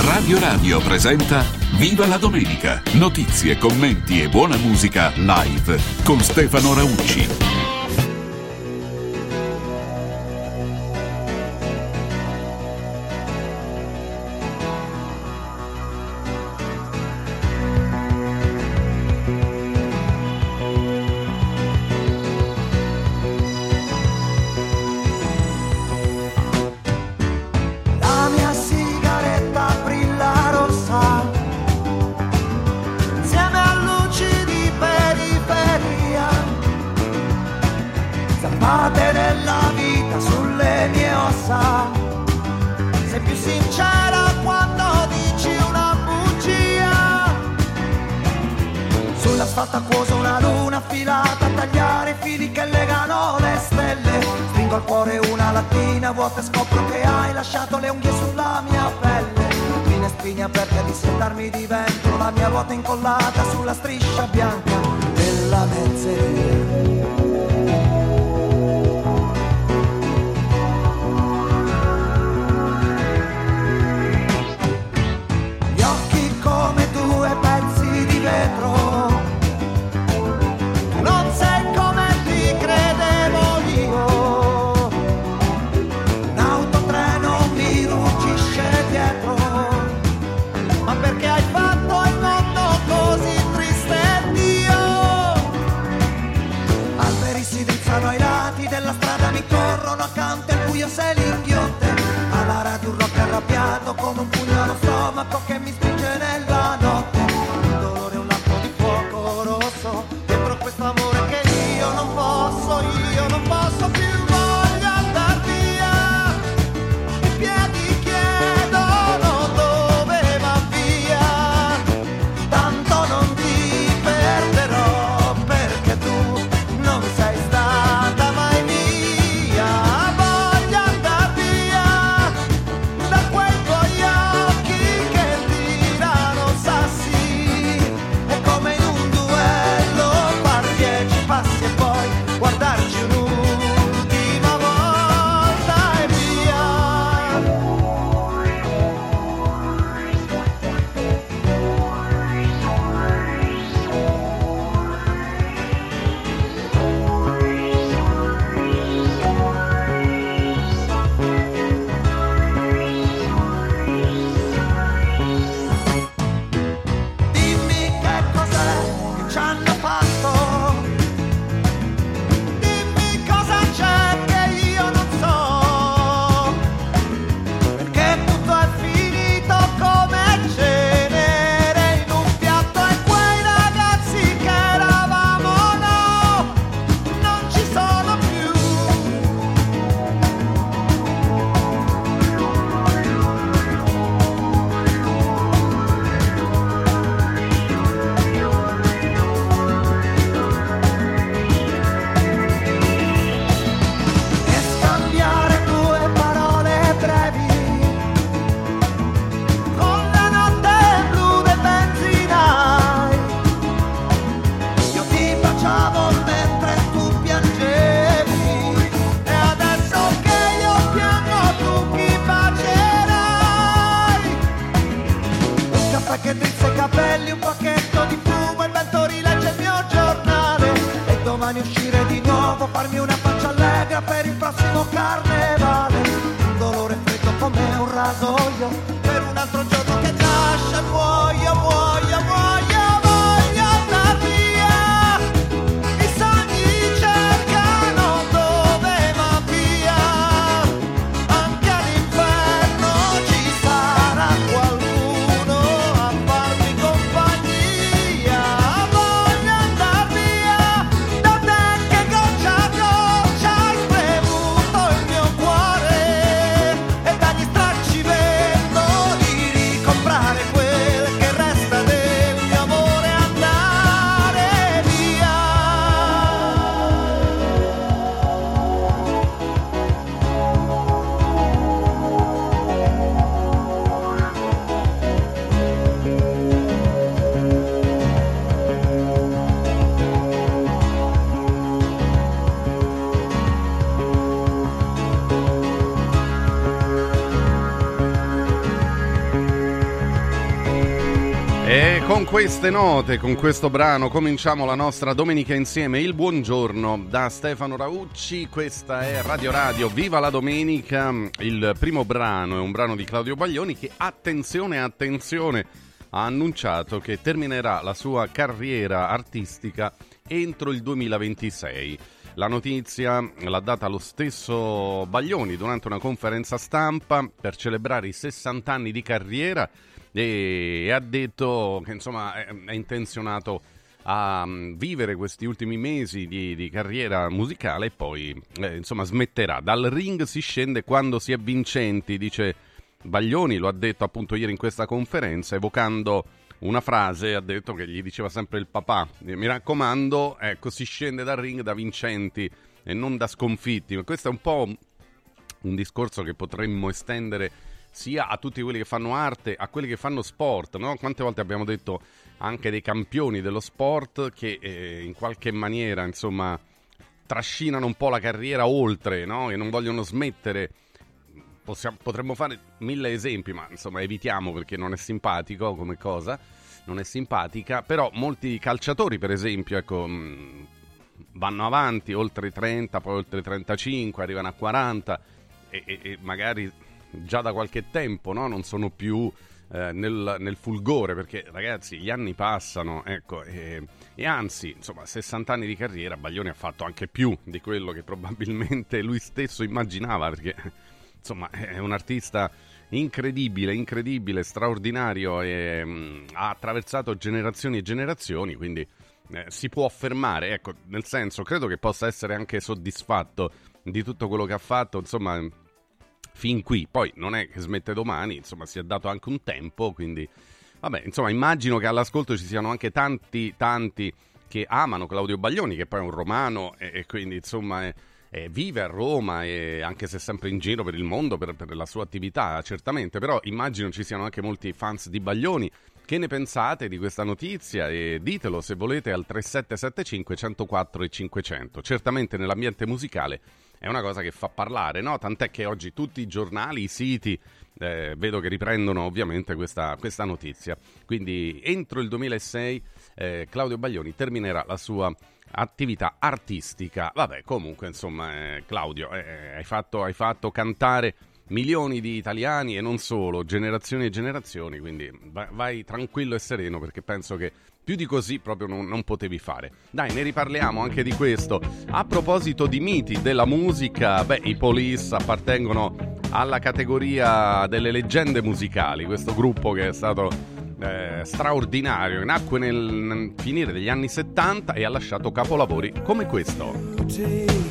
Radio Radio presenta Viva la Domenica! Notizie, commenti e buona musica live con Stefano Raucci. Della vita sulle mie ossa, sei più sincera quando dici una bugia. Sull'asfalto acquoso una luna affilata a tagliare i fili che legano le stelle. Stringo al cuore una lattina vuota e scopro che hai lasciato le unghie sulla mia pelle. Finestrini aperte a dissettarmi di vento, la mia ruota incollata sulla striscia bianca della mezzeria. Non sei come ti credevo io, un autotreno mi ruggisce dietro, ma perché hai fatto il mondo così triste, Dio? Alberi si drizzano ai lati della strada, mi corrono accanto, il buio se li inghiotte, alla radio un rock arrabbiato come un pugno allo stomaco che mi spinge nella notte. Amore che io non posso più, voglio andar via, i piedi chiedono dove va via, tanto non ti perderò perché tu non sei stata mai mia, voglio andar via da quei tuoi occhi che tirano sassi, è come in un duello passi e poi guardarci un'ultima volta e via. Dimmi che cos'è che ci hanno fatto. Che drizza i capelli, un pacchetto di fumo, il vento rilegge il mio giornale e domani uscire di nuovo, farmi una faccia allegra per il prossimo carnevale. Un dolore freddo come un rasoio per un altro giorno che nasce e muoio, voglio andar via, i sogni cercano dove va via, anche all'inferno ci sarà qualcuno. Quelle E con queste note, con questo brano, cominciamo la nostra domenica insieme. Il buongiorno da Stefano Raucci, questa è Radio Radio, viva la domenica. Il primo brano è un brano di Claudio Baglioni che, attenzione, ha annunciato che terminerà la sua carriera artistica entro il 2026. La notizia l'ha data lo stesso Baglioni durante una conferenza stampa per celebrare i 60 anni di carriera e ha detto che insomma è intenzionato a vivere questi ultimi mesi di carriera musicale e poi insomma smetterà. Dal ring si scende quando si è vincenti, dice Baglioni, lo ha detto appunto ieri in questa conferenza, evocando una frase, ha detto che gli diceva sempre il papà: mi raccomando, ecco, si scende dal ring da vincenti e non da sconfitti. Ma questo è un po' un discorso che potremmo estendere sia a tutti quelli che fanno arte, a quelli che fanno sport, no? Quante volte abbiamo detto anche dei campioni dello sport che in qualche maniera, insomma, trascinano un po' la carriera oltre, no? E non vogliono smettere. Potremmo fare 1000 esempi, ma insomma evitiamo perché non è simpatico come cosa, non è simpatica, però molti calciatori, per esempio, ecco, vanno avanti oltre i 30, poi oltre i 35, arrivano a 40 e magari già da qualche tempo, no? Non sono più nel fulgore, perché ragazzi gli anni passano, ecco, e anzi, insomma, 60 anni di carriera, Baglioni ha fatto anche più di quello che probabilmente lui stesso immaginava, perché insomma è un artista incredibile, straordinario e ha attraversato generazioni e generazioni, quindi si può affermare, ecco, nel senso, credo che possa essere anche soddisfatto di tutto quello che ha fatto, insomma, fin qui. Poi non è che smette domani, insomma, si è dato anche un tempo, quindi vabbè, insomma, immagino che all'ascolto ci siano anche tanti che amano Claudio Baglioni, che poi è un romano e quindi insomma vive a Roma, e anche se sempre in giro per il mondo per la sua attività, certamente, però immagino ci siano anche molti fans di Baglioni. Che ne pensate di questa notizia? E ditelo se volete al 3775 104 e 500. Certamente nell'ambiente musicale è una cosa che fa parlare, no? Tant'è che oggi tutti i giornali, i siti, vedo che riprendono ovviamente questa notizia. Quindi entro il 2006 Claudio Baglioni terminerà la sua attività artistica. Vabbè, comunque, insomma, Claudio, hai fatto cantare milioni di italiani e non solo, generazioni e generazioni, quindi vai tranquillo e sereno, perché penso che più di così proprio non potevi fare. Dai, ne riparliamo anche di questo. A proposito di miti della musica, i Police appartengono alla categoria delle leggende musicali, questo gruppo che è stato straordinario, nacque nel finire degli anni 70 e ha lasciato capolavori come questo.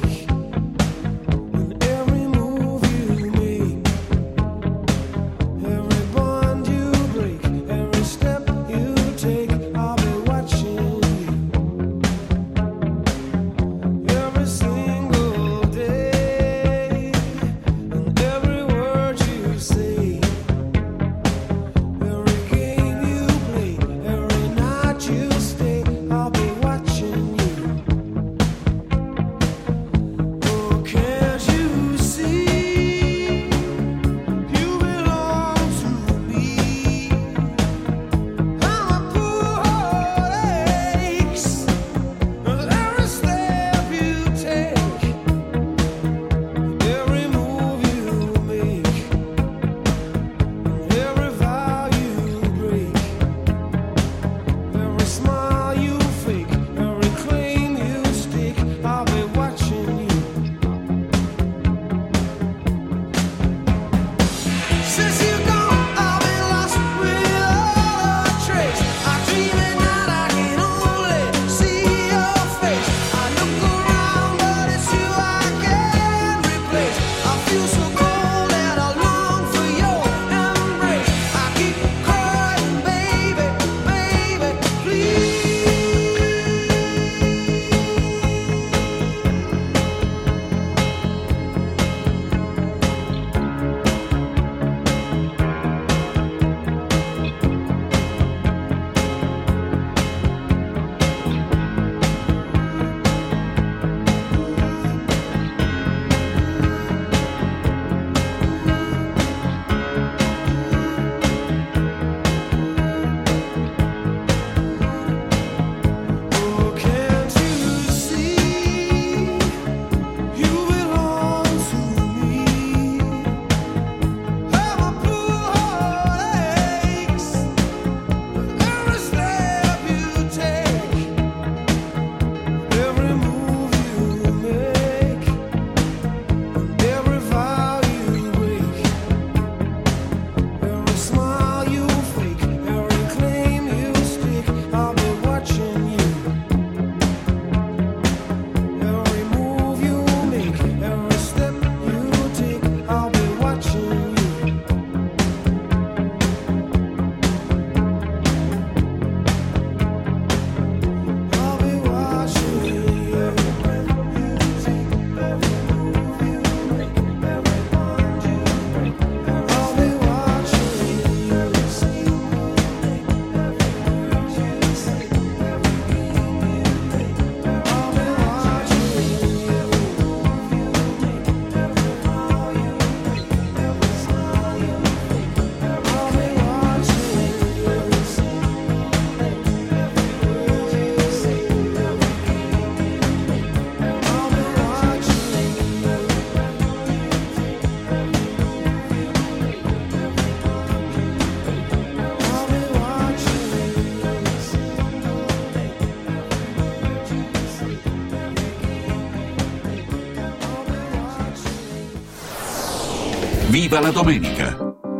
Viva la domenica!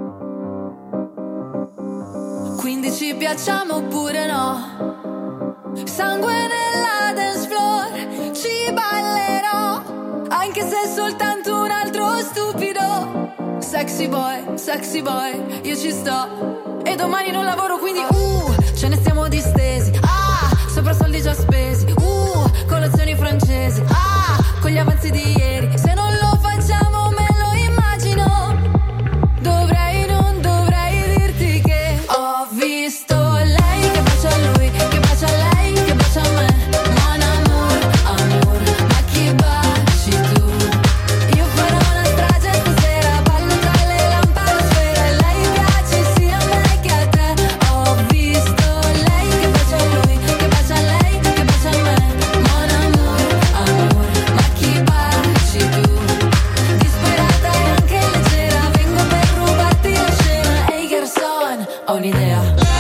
Quindi ci piacciamo oppure no? Sangue nella dance floor, ci ballerò, anche se è soltanto un altro stupido. Sexy boy, io ci sto. E domani non lavoro, quindi ce ne stiamo distesi. Sopra soldi già spesi. Colazioni francesi. Con gli avanzi di ieri. Se non lo facciamo me lo immagino. Non dovrei dirti che ho visto lei che bacia a lui, che bacia a lei, che bacia a me. Mon amour, ma chi baci tu? Io farò una strage stasera, ballo tra le lampadosfere. Lei piace sia a me che a te. Ho visto lei che bacia a lui, che bacia a lei, che bacia a me. Mon amour, ma chi baci tu? Disperata e anche leggera, vengo per rubarti la scena. Ehi garçon, ho un'idea.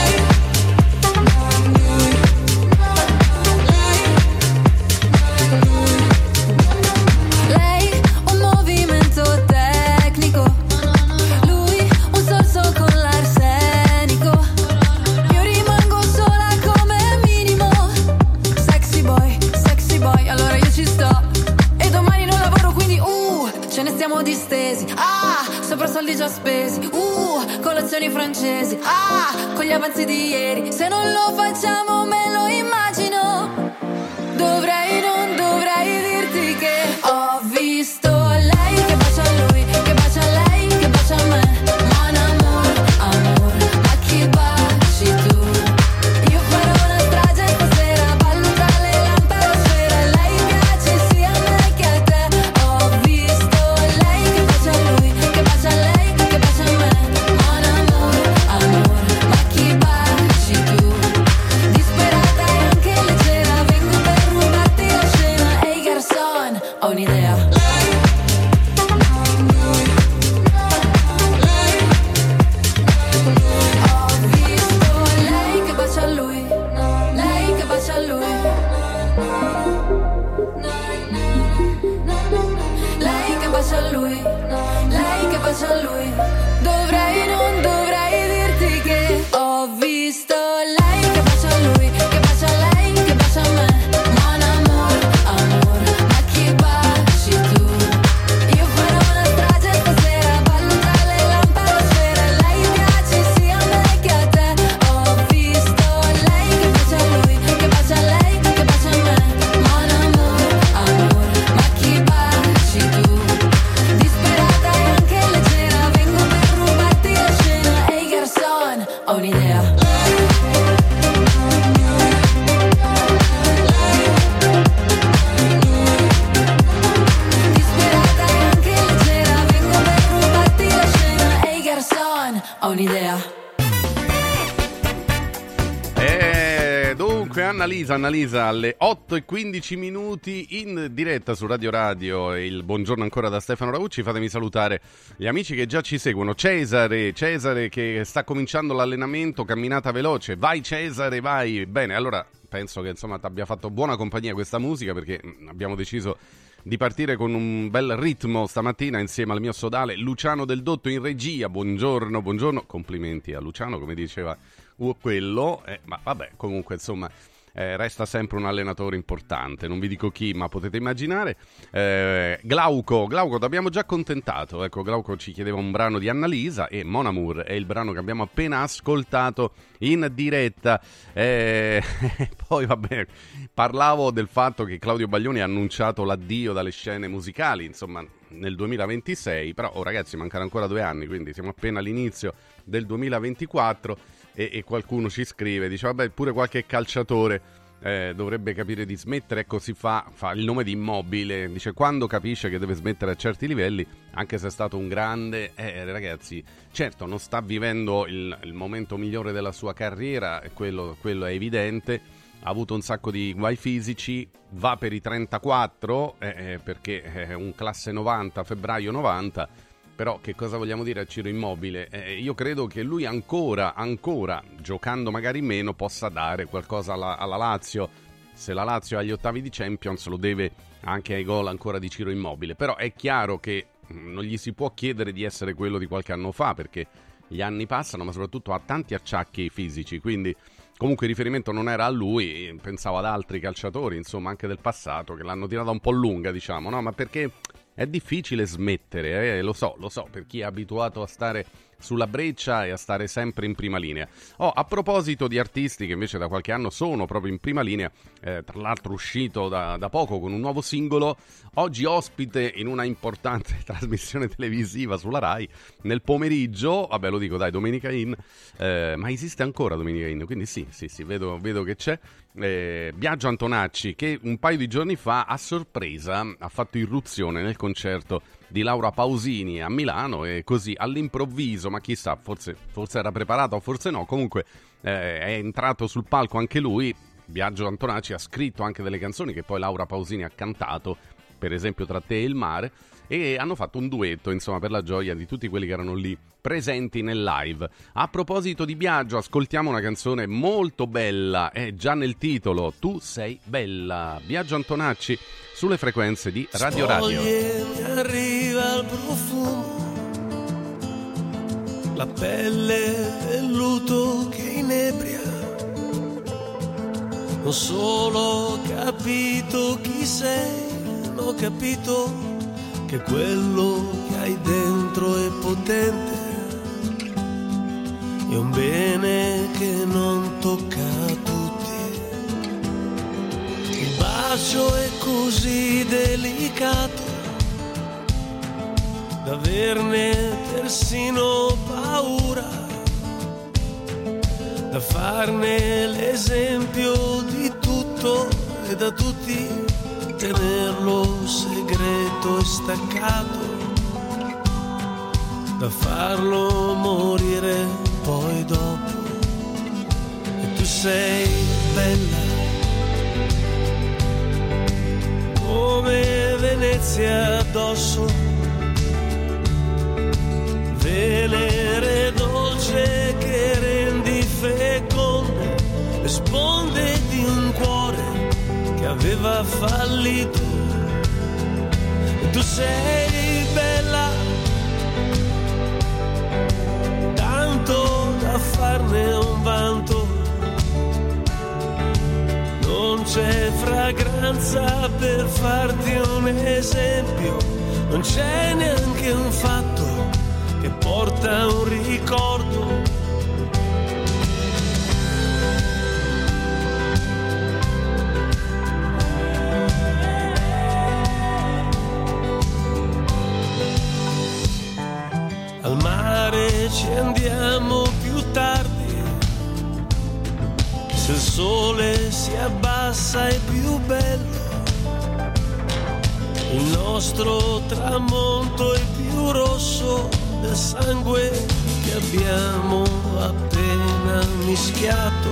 Lei un movimento tecnico, lui un sorso con l'arsenico. Io rimango sola come minimo. Sexy boy, allora io ci sto. E domani non lavoro, quindi ce ne stiamo distesi. Sopra soldi già spesi. Colazioni francesi. Con gli avanzi di ieri. Se non lo facciamo me lo immagino. Non dovrei dirti che ho visto lei che bacia a lui, che bacia a lei, che bacia a me. Mon amour, ma chi baci tu? Io farò una strage stasera, ballo tra le lampadosfere. Lei piace sia a me che a te. Ho visto lei che bacia a lui, che bacia a lei, che bacia a me. Mon amour, ma chi baci tu? Disperata e anche leggera, vengo per rubarti la scena. Ehi garçon, ho un'idea. Ho visto lei che bacia a lui, lei che bacia a lui. Lei che bacia a lui, lei che bacia a lui. Non dovrei dirti che ho visto lei che bacia a lui, che bacia a lei, che bacia a me. Mon amour, ma chi baci tu? Io farò una strage stasera, ballo tra le lampadosfere. Lei piace sia a me che a te. Ho visto lei che bacia a lui, che bacia a lei, che bacia a me. Mon amour, ma chi baci tu? Disperata e anche leggera, vengo per rubarti la scena. Ehi garçon, ho un'idea. Disperata e anche leggera, vengo per rubarti la scena. Ehi garçon, ho un'idea. Dunque Annalisa alle 8:15 in diretta su Radio Radio. Il buongiorno ancora da Stefano Raucci. Fatemi salutare gli amici che già ci seguono. Cesare che sta cominciando l'allenamento, camminata veloce. Vai Cesare, vai. Bene, allora penso che insomma ti abbia fatto buona compagnia questa musica, perché abbiamo deciso di partire con un bel ritmo stamattina insieme al mio sodale Luciano Del Dotto in regia. Buongiorno, complimenti a Luciano, come diceva quello, ma vabbè, comunque insomma resta sempre un allenatore importante, non vi dico chi, ma potete immaginare. Glauco ti abbiamo già accontentato, ecco, Glauco ci chiedeva un brano di Annalisa e Mon Amour è il brano che abbiamo appena ascoltato in diretta. Poi vabbè, parlavo del fatto che Claudio Baglioni ha annunciato l'addio dalle scene musicali, insomma nel 2026, però ragazzi mancano ancora 2 anni, quindi siamo appena all'inizio del 2024. E qualcuno ci scrive, dice vabbè, pure qualche calciatore dovrebbe capire di smettere, ecco, si fa il nome di Immobile, dice quando capisce che deve smettere a certi livelli, anche se è stato un grande, ragazzi, certo non sta vivendo il momento migliore della sua carriera, quello è evidente, ha avuto un sacco di guai fisici, va per i 34 perché è un classe 90, febbraio 90. Però che cosa vogliamo dire a Ciro Immobile? Io credo che lui ancora, giocando magari meno, possa dare qualcosa alla Lazio. Se la Lazio ha gli ottavi di Champions lo deve anche ai gol ancora di Ciro Immobile. Però è chiaro che non gli si può chiedere di essere quello di qualche anno fa, perché gli anni passano, ma soprattutto ha tanti acciacchi fisici, quindi comunque il riferimento non era a lui, pensavo ad altri calciatori, insomma, anche del passato, che l'hanno tirata un po' lunga, diciamo, no? Ma perché è difficile smettere, lo so, per chi è abituato a stare sulla breccia e a stare sempre in prima linea. A proposito di artisti che invece da qualche anno sono proprio in prima linea, tra l'altro uscito da poco con un nuovo singolo, oggi ospite in una importante trasmissione televisiva sulla Rai, nel pomeriggio, vabbè lo dico dai, Domenica In, ma esiste ancora Domenica In, quindi sì, vedo che c'è, Biagio Antonacci, che un paio di giorni fa a sorpresa ha fatto irruzione nel concerto di Laura Pausini a Milano, e così all'improvviso, ma chissà, forse era preparato o forse no, comunque è entrato sul palco anche lui. Biagio Antonacci ha scritto anche delle canzoni che poi Laura Pausini ha cantato, per esempio Tra te e il mare, e hanno fatto un duetto, insomma, per la gioia di tutti quelli che erano lì presenti nel live. A proposito di Biagio, ascoltiamo una canzone molto bella, è già nel titolo, Tu sei bella. Biagio Antonacci sulle frequenze di Radio Radio. Mi arriva il profumo, la pelle del luto che inebria. Non solo ho capito chi sei, ho capito che quello che hai dentro è potente, è un bene che non tocca a tutti. Il bacio è così delicato da averne persino paura, da farne l'esempio di tutto e da tutti tenerlo segreto e staccato, da farlo morire poi dopo. E tu sei bella come Venezia addosso, Venere dolce che rendi feconde le sponde di un cuore che aveva fallito. E tu sei bella tanto da farne un vanto, non c'è fragranza per farti un esempio, non c'è neanche un fatto che porta un ricordo. Al mare ci andiamo più tardi, se il sole si abbassa è più bello, il nostro tramonto è più rosso del sangue che abbiamo appena mischiato,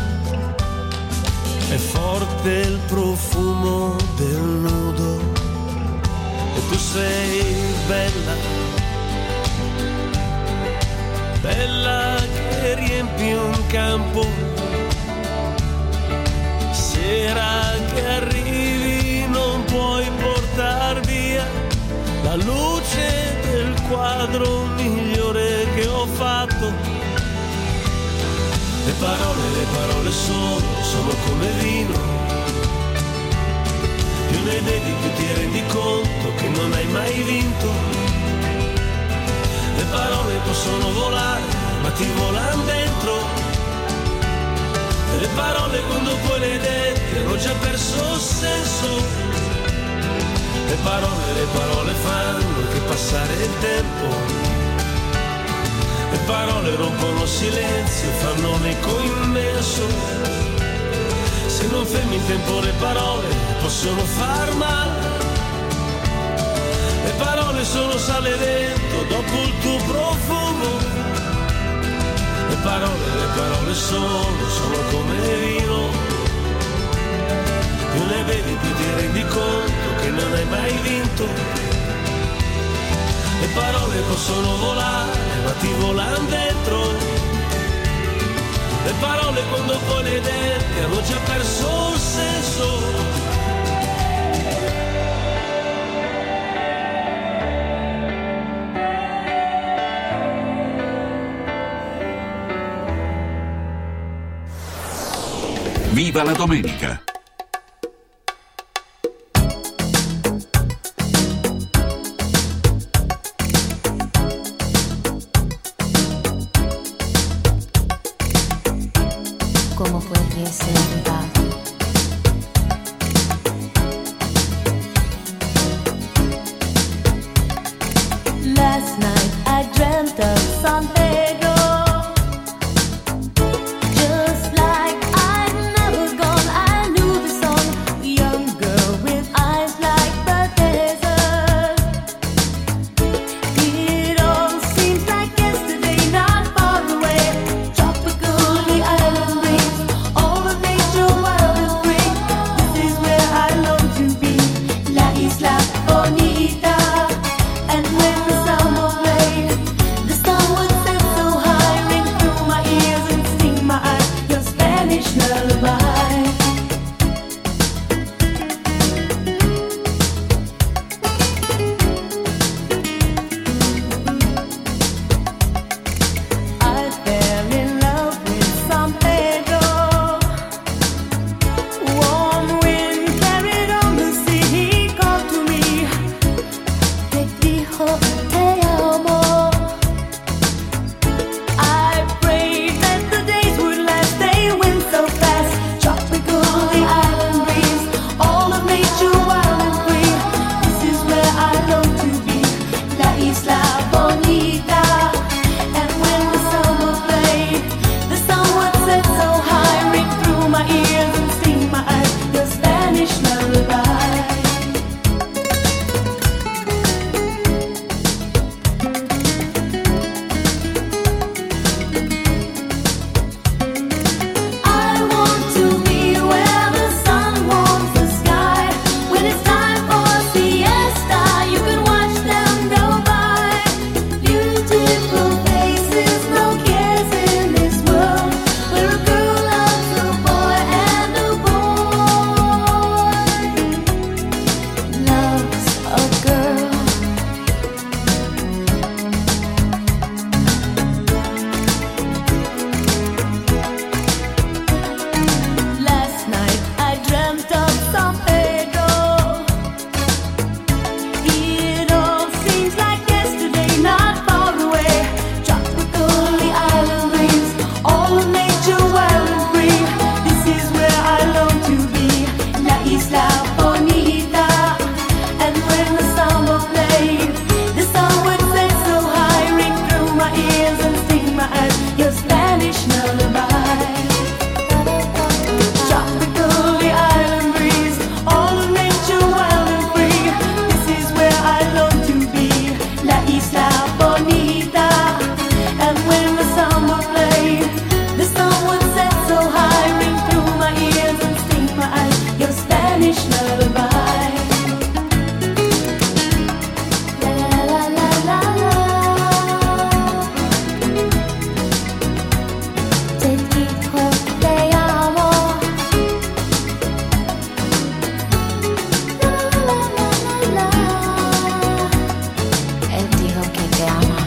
è forte il profumo del nudo. E tu sei bella, bella che riempi un campo, sera che arrivi non puoi portar via la luce del quadro migliore che ho fatto. Le parole sono come vino, più ne bevi più ti rendi conto che non hai mai vinto. Le parole possono volare, ma ti volano dentro. Le parole quando poi le detti hanno già perso il senso. Le parole fanno che passare il tempo. Le parole rompono silenzio, fanno un eco immenso. Se non fermi il tempo le parole possono far male. Le parole sono sale dentro dopo il tuo profumo. Le parole sono come vino. Più ne bevi più ti rendi conto che non hai mai vinto. Le parole possono volare ma ti volano dentro. Le parole quando poi le detti hanno già perso il senso. Viva la domenica! ¿Cómo fue que se va? Last night I dreamt of San Pedro, just like I'd never gone. I knew the song, a young girl with eyes like the desert. It all seems like yesterday, not far away. Tropical, the island breeze, all of nature wild and free. This is where I long to be, La Isla Bonita. And when the summer played, the sun would set so high, ring through my ears and sting my eyes, your Spanish lullaby. I fell in love with San Pedro. Warm wind carried on the sea, he called to me. Te dijo te amo. I prayed that the days would last, they went so fast. Tropical, the island breeze, all of nature wild and free. This is where I long to be, La Isla Bonita. And when the summer played, the sun would set so high, ring through my ears and sting my eyes, your Spanish lullaby. I want to be where the sun warms the sky. When it's time for siesta, you can watch them go by. Beautiful faces, no cares in this world, where a girl loves a boy and a boy loves a girl. Last night I dreamt of San Pedro. It all seems like yesterday, not far away. Tropical, the island breeze, all of nature wild and free. This is where I long to be, La Isla Bonita. And when the summer played, the sun would set so high, ring through my ears and sting my eyes, your Spanish lullaby. Tropical, the island breeze, all of nature wild and free. This is where I long to be, La Isla Bonita. And when the summer played, the sun would set so high, ring through my ears and sting my eyes, your Spanish lullaby. La la la la la. Te dijo te amo. La la la la. Él dijo que te ama.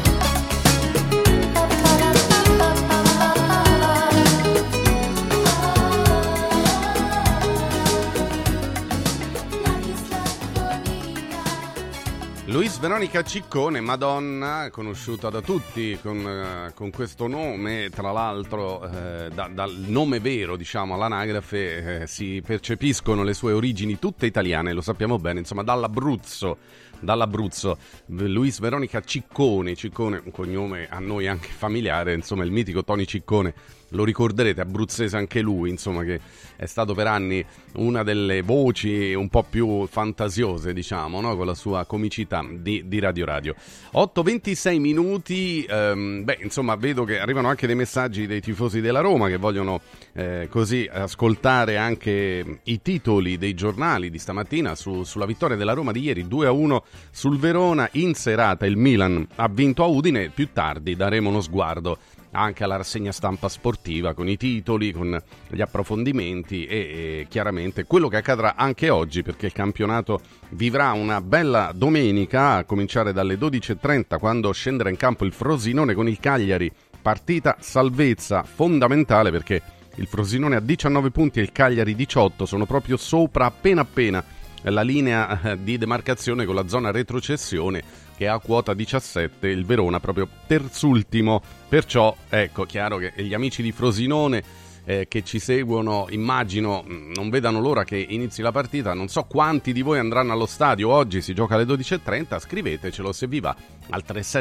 Luis Veronica Ciccone, Madonna, conosciuta da tutti con questo nome, tra l'altro dal nome vero, diciamo, all'anagrafe si percepiscono le sue origini tutte italiane, lo sappiamo bene, insomma, dall'Abruzzo, Luis Veronica Ciccone, un cognome a noi anche familiare, insomma, il mitico Tony Ciccone, lo ricorderete, abruzzese anche lui, insomma, che è stato per anni una delle voci un po' più fantasiose, diciamo, no? Con la sua comicità di Radio. 8:26 minuti, insomma, vedo che arrivano anche dei messaggi dei tifosi della Roma che vogliono così ascoltare anche i titoli dei giornali di stamattina sulla vittoria della Roma di ieri, 2-1 sul Verona. In serata il Milan ha vinto a Udine, più tardi daremo uno sguardo anche alla rassegna stampa sportiva con i titoli, con gli approfondimenti e chiaramente quello che accadrà anche oggi, perché il campionato vivrà una bella domenica a cominciare dalle 12:30, quando scenderà in campo il Frosinone con il Cagliari, partita salvezza fondamentale perché il Frosinone a 19 punti e il Cagliari 18, sono proprio sopra appena la linea di demarcazione con la zona retrocessione che ha quota 17, il Verona proprio terzultimo, perciò ecco, chiaro che gli amici di Frosinone che ci seguono, immagino, non vedano l'ora che inizi la partita. Non so quanti di voi andranno allo stadio, oggi si gioca alle 12.30, scrivetecelo se vi va al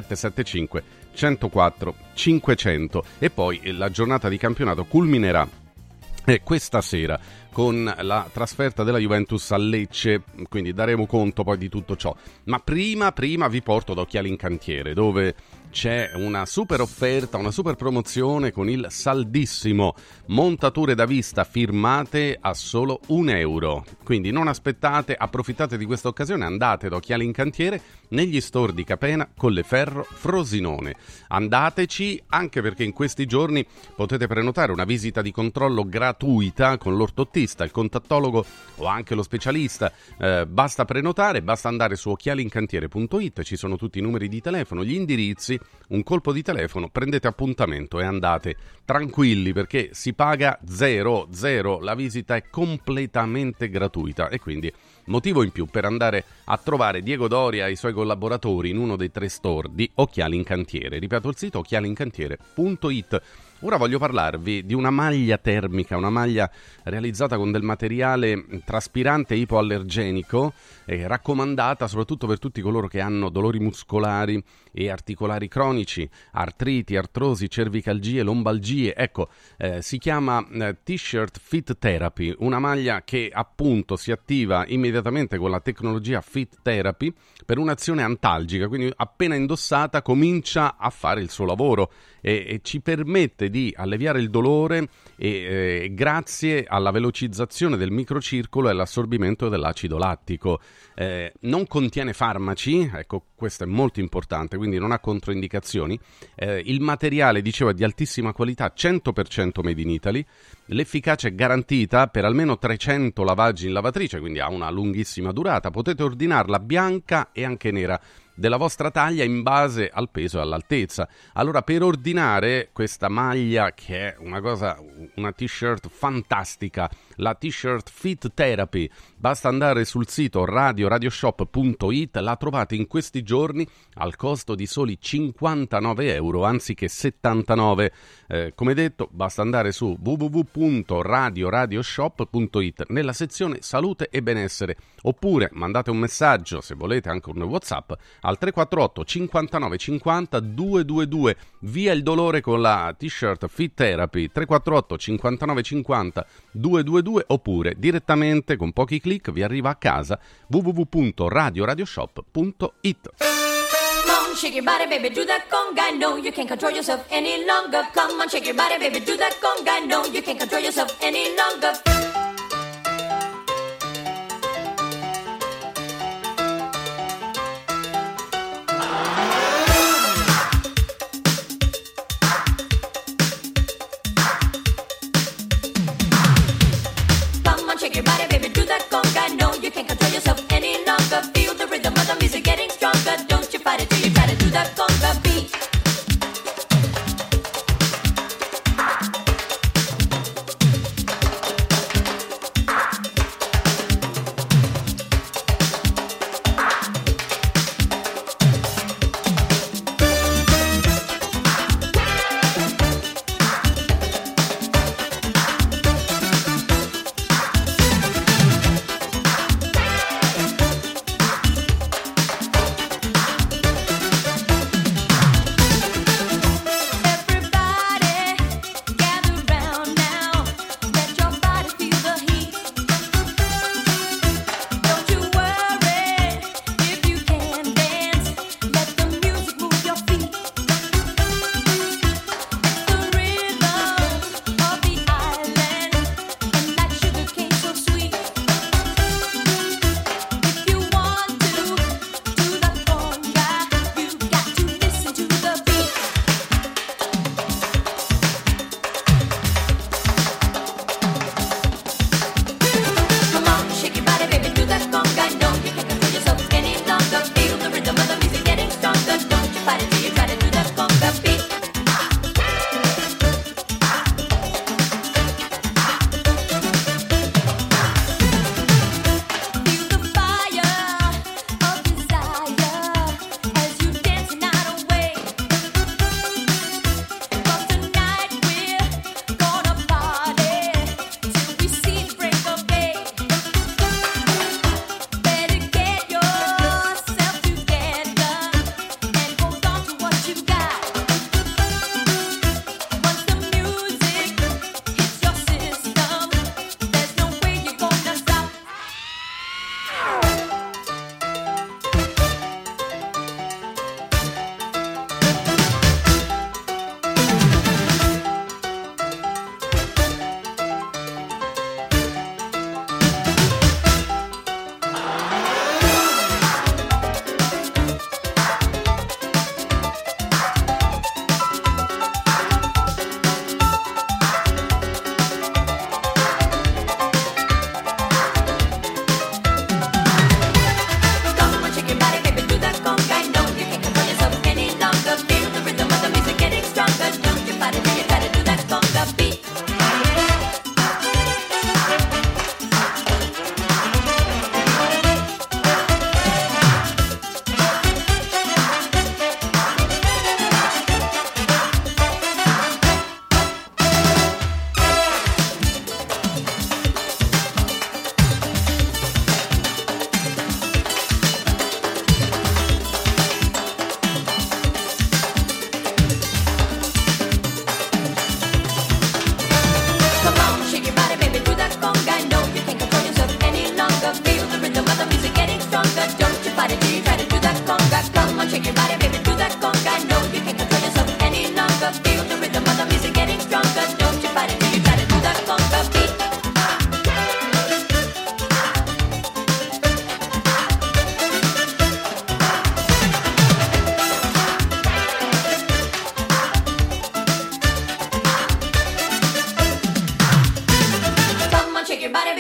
3775 104 500 e poi la giornata di campionato culminerà questa sera con la trasferta della Juventus a Lecce, quindi daremo conto poi di tutto ciò. Ma prima vi porto da Occhiali in Cantiere, dove c'è una super offerta, una super promozione con il saldissimo montature da vista firmate a solo €1. Quindi non aspettate, approfittate di questa occasione, andate da Occhiali in Cantiere negli store di Capena, Colleferro, Frosinone. Andateci, anche perché in questi giorni potete prenotare una visita di controllo gratuita con l'ortottista, il contattologo o anche lo specialista. Basta prenotare, basta andare su occhialincantiere.it, ci sono tutti i numeri di telefono, gli indirizzi, un colpo di telefono, prendete appuntamento e andate tranquilli perché si paga zero, la visita è completamente gratuita e quindi motivo in più per andare a trovare Diego Doria e i suoi collaboratori in uno dei 3 store di Occhiali in Cantiere. Ripeto il sito occhialincantiere.it. Ora voglio parlarvi di una maglia termica, una maglia realizzata con del materiale traspirante ipoallergenico, raccomandata soprattutto per tutti coloro che hanno dolori muscolari e articolari cronici, artriti, artrosi, cervicalgie, lombalgie. Ecco, si chiama T-shirt Fit Therapy, una maglia che appunto si attiva immediatamente con la tecnologia Fit Therapy per un'azione antalgica, quindi appena indossata comincia a fare il suo lavoro e ci permette di alleviare il dolore e grazie alla velocizzazione del microcircolo e all'assorbimento dell'acido lattico. Non contiene farmaci, ecco, questo è molto importante, quindi non ha controindicazioni. Il materiale, dicevo, è di altissima qualità, 100% made in Italy. L'efficacia è garantita per almeno 300 lavaggi in lavatrice, quindi ha una lunghissima durata. Potete ordinarla bianca e anche nera, della vostra taglia in base al peso e all'altezza. Allora, per ordinare questa maglia, che è una t-shirt fantastica, la t-shirt Fit Therapy, basta andare sul sito radioshop.it, la trovate in questi giorni al costo di soli €59 anziché 79. Come detto, basta andare su www.radioshop.it nella sezione salute e benessere, oppure mandate un messaggio, se volete anche un WhatsApp, al 348 59 50 222. Via il dolore con la t-shirt Fit Therapy, 348 59 50 222, oppure direttamente con pochi click vi arriva a casa www.radioshop.it. Shake your body, baby, do that conga. No, you can't control yourself any longer. Come on, shake your body, baby, do that conga. No, you can't control yourself any longer. Come on, shake your body, baby, do that conga. No, you can't control yourself any longer. Feel the rhythm of the music getting stronger. Don't you fight it till you try to do that conga beat.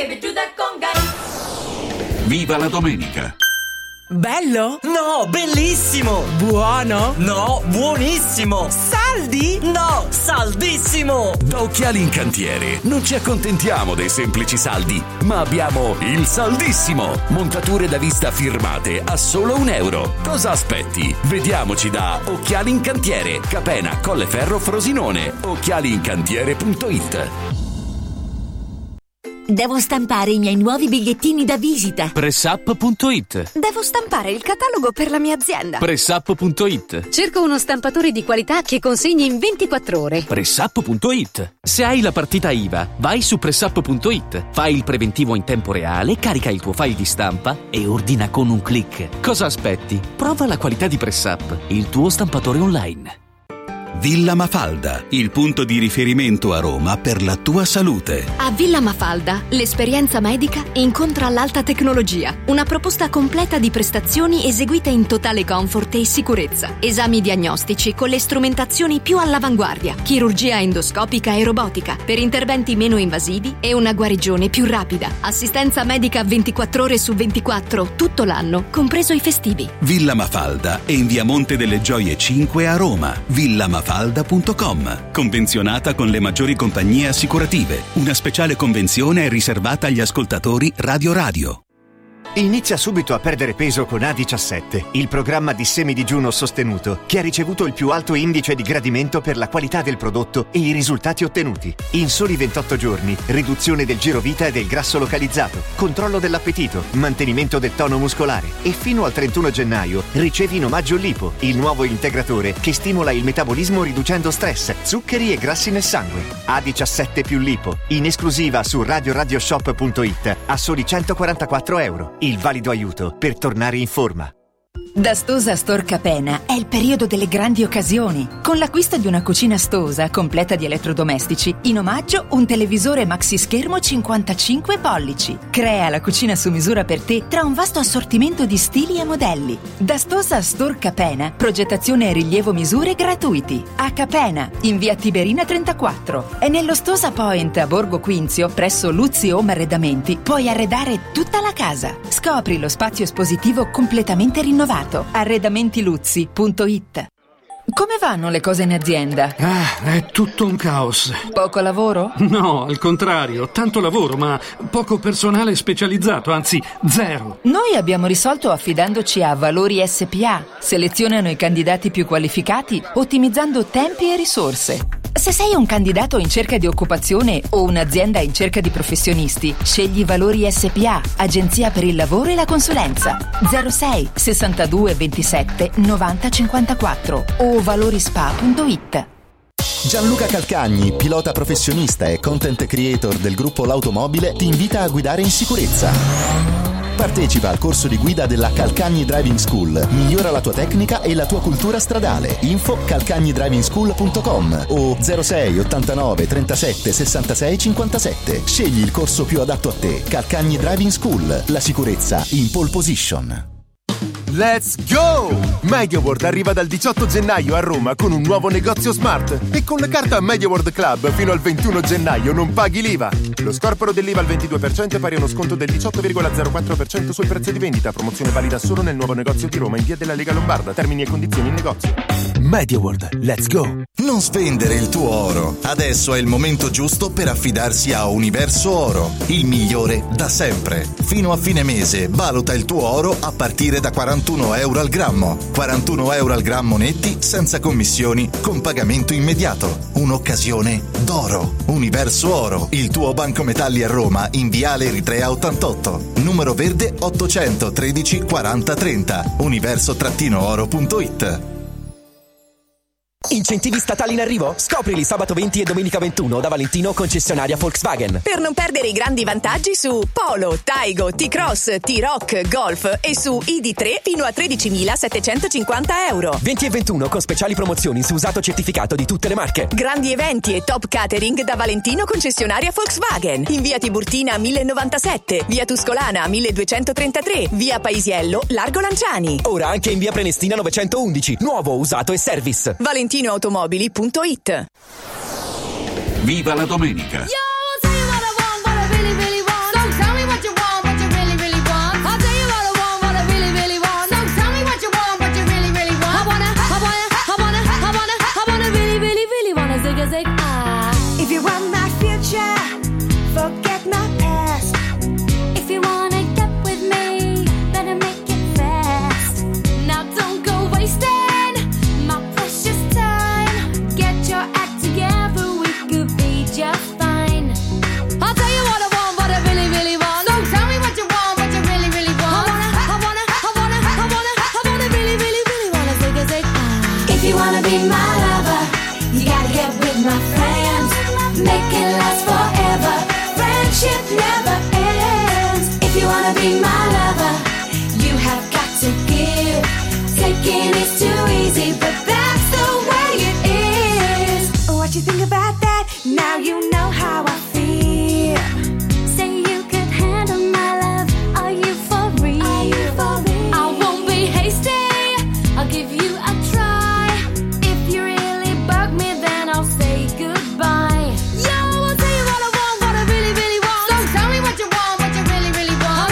baby, do that conga. Viva la domenica! Bello? No, bellissimo! Buono? No, buonissimo! Saldi? No, saldissimo! Da Occhiali in Cantiere non ci accontentiamo dei semplici saldi, ma abbiamo il saldissimo! Montature da vista firmate a solo €1. Cosa aspetti? Vediamoci da Occhiali in Cantiere, Capena, Colleferro, Frosinone. occhialiincantiere.it. Devo stampare i miei nuovi bigliettini da visita. Pressup.it. Devo stampare il catalogo per la mia azienda. Pressup.it. Cerco uno stampatore di qualità che consegni in 24 ore. Pressup.it. Se hai la partita IVA, vai su Pressup.it. Fai il preventivo in tempo reale, carica il tuo file di stampa e ordina con un click. Cosa aspetti? Prova la qualità di Pressup, il tuo stampatore online. Villa Mafalda, il punto di riferimento a Roma per la tua salute. A Villa Mafalda, l'esperienza medica incontra l'alta tecnologia. Una proposta completa di prestazioni eseguite in totale comfort e sicurezza. Esami diagnostici con le strumentazioni più all'avanguardia. Chirurgia endoscopica e robotica per interventi meno invasivi e una guarigione più rapida. Assistenza medica 24 ore su 24, tutto l'anno, compreso i festivi. Villa Mafalda è in via Monte delle Gioie 5 a Roma. villamafalda.com. Convenzionata con le maggiori compagnie assicurative. Una speciale convenzione è riservata agli ascoltatori Radio. Inizia subito a perdere peso con A17, il programma di semidigiuno sostenuto che ha ricevuto il più alto indice di gradimento per la qualità del prodotto e i risultati ottenuti. In soli 28 giorni, riduzione del girovita e del grasso localizzato, controllo dell'appetito, mantenimento del tono muscolare e fino al 31 gennaio ricevi in omaggio Lipo, il nuovo integratore che stimola il metabolismo riducendo stress, zuccheri e grassi nel sangue. A17 più Lipo, in esclusiva su radioshop.it a soli €144. Il valido aiuto per tornare in forma. Da Stosa Store Capena è il periodo delle grandi occasioni. Con l'acquisto di una cucina Stosa completa di elettrodomestici, in omaggio un televisore maxi schermo 55 pollici. Crea la cucina su misura per te tra un vasto assortimento di stili e modelli. Da Stosa Store Capena, progettazione e rilievo misure gratuiti. A Capena, in via Tiberina 34. E nello Stosa Point a Borgo Quinzio, presso Luzzi Home Arredamenti, puoi arredare tutta la casa. Scopri lo spazio espositivo completamente rinnovato. Arredamentiluzzi.it. Come vanno le cose in azienda? È tutto un caos. Poco lavoro? No, al contrario, tanto lavoro, ma poco personale specializzato, anzi zero. Noi abbiamo risolto affidandoci a Valori SPA. Selezionano i candidati più qualificati, ottimizzando tempi e risorse. Se sei un candidato in cerca di occupazione o un'azienda in cerca di professionisti, scegli Valori SPA, agenzia per il lavoro e la consulenza. 06 62 27 90 54 o valorispa.it. Gianluca Calcagni, pilota professionista e content creator del gruppo L'Automobile, ti invita a guidare in sicurezza. Partecipa al corso di guida della Calcagni Driving School. Migliora la tua tecnica e la tua cultura stradale. Info calcagnidrivingschool.com o 06 89 37 66 57. Scegli il corso più adatto a te. Calcagni Driving School. La sicurezza in pole position. Let's go! MediaWorld arriva dal 18 gennaio a Roma con un nuovo negozio smart e con la carta MediaWorld Club fino al 21 gennaio non paghi l'IVA. Lo scorporo dell'IVA al 22% è pari a uno sconto del 18,04% sul prezzo di vendita. Promozione valida solo nel nuovo negozio di Roma in via della Lega Lombarda. Termini e condizioni in negozio. MediaWorld, let's go! Non spendere il tuo oro. Adesso è il momento giusto per affidarsi a Universo Oro, il migliore da sempre. Fino a fine mese valuta il tuo oro a partire da €41 al grammo. €41 al grammo netti, senza commissioni, con pagamento immediato. Un'occasione d'oro. Universo Oro, il tuo banco metalli a Roma in viale Eritrea 88. Numero verde 813 40 30. universo-oro.it. Incentivi statali in arrivo? Scoprili sabato 20 e domenica 21 da Valentino, concessionaria Volkswagen. Per non perdere i grandi vantaggi su Polo, Taigo, T-Cross, T-Rock, Golf e su ID3 fino a €13.750. 20 e 21 con speciali promozioni su usato certificato di tutte le marche. Grandi eventi e top catering da Valentino, concessionaria Volkswagen. In via Tiburtina 1097, via Tuscolana 1233, via Paisiello, Largo Lanciani. Ora anche in via Prenestina 911, nuovo, usato e service. ValentinoAutomobili.it. Viva la domenica! Yo, I'll tell you what I want, what I really, really want. Sometimes zig ah. If you want my future, forget my past. If you wanna get with me, better make it fast. Now don't go wasting my precious time. Get your act together, we could be just fine. I'll tell you what I want, what I really, really want. So tell me what you want, what you really, really want. I wanna really, really, really wanna zig a zig ah. If you wanna be my lover, you gotta get with my friends. Make it last forever. Friendship never ends. If you wanna be my lover, you have got to give. Taking is too easy, but that's the way it is. What you think about that? Now you know how I feel. Say you could handle my love. Are you for real? I won't be hasty. I'll give you a try. If you really bug me, then I'll say goodbye. Yo, I'll tell you what I want, what I really, really want. So tell me what you want, what you really, really want.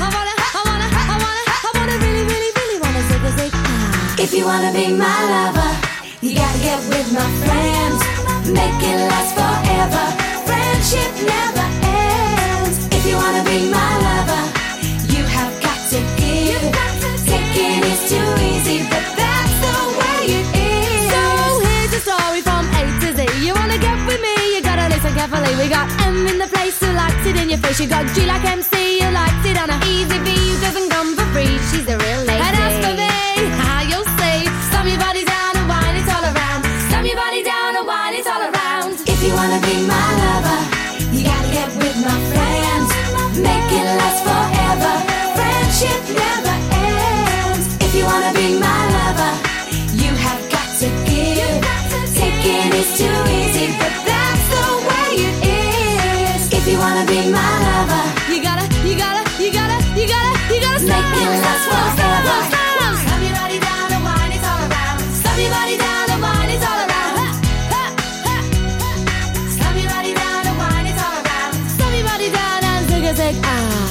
I wanna really, really, really wanna zig a zig ah. If you wanna be my lover, you gotta get with my friends. Make it last forever. Friendship never ends. If you wanna be my lover, you have got to give. Taking is too easy, but that's the way it is. So here's a story from A to Z. You wanna get with me, you gotta listen carefully. We got M in the place who likes it in your face. You got G like MC, who likes it on a easy V, who doesn't come for free. She's a real lady. And as for me, how you'll say, slam your body down and wine it all around. Slam your body down and wine it all around. If you wanna be my lover, you gotta get with my friends. Make it last forever. Friendship never ends. If you wanna be my lover, you have got to give. Taking is too easy, but that's the way it is. If you wanna be my lover, you gotta make it last forever. Slam your body down and wine it all around. Slam your body down and wine it all around. Slam your body down and wine it all around. Slam your body down and zig a zig ah.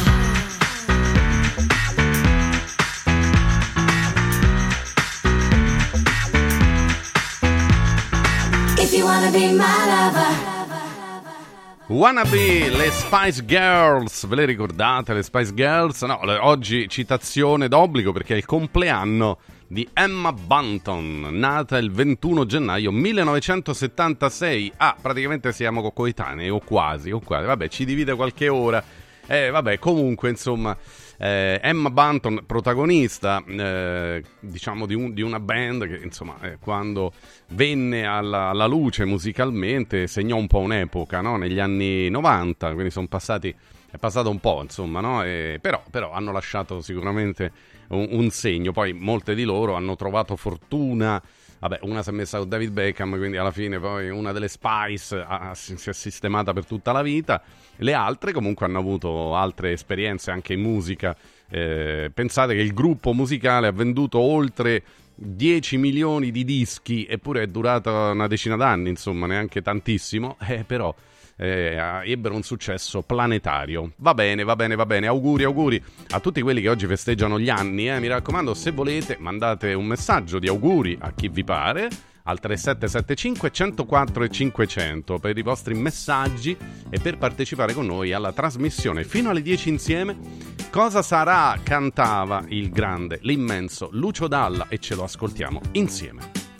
If you wanna be my lover. Wannabe, le Spice Girls, ve le ricordate le Spice Girls? No, oggi citazione d'obbligo perché è il compleanno di Emma Bunton, nata il 21 gennaio 1976. Praticamente siamo coetanei, o quasi, vabbè, ci divide qualche ora. Vabbè, comunque, insomma, Emma Bunton, protagonista, diciamo, di una band che, insomma, quando venne alla luce musicalmente segnò un po' un'epoca, no? Negli anni 90, quindi è passato un po', insomma, no? Però hanno lasciato sicuramente un segno. Poi molte di loro hanno trovato fortuna. Vabbè, una si è messa con David Beckham, quindi alla fine poi una delle Spice si è sistemata per tutta la vita. Le altre comunque hanno avuto altre esperienze anche in musica. Pensate che il gruppo musicale ha venduto oltre 10 milioni di dischi, eppure è durata una decina d'anni, insomma, neanche tantissimo, però ebbero un successo planetario. Va bene, auguri a tutti quelli che oggi festeggiano gli anni, mi raccomando, se volete mandate un messaggio di auguri a chi vi pare al 3775 104 e 500 per i vostri messaggi e per partecipare con noi alla trasmissione fino alle 10 insieme. Cosa sarà? Cantava il grande, l'immenso Lucio Dalla e ce lo ascoltiamo insieme.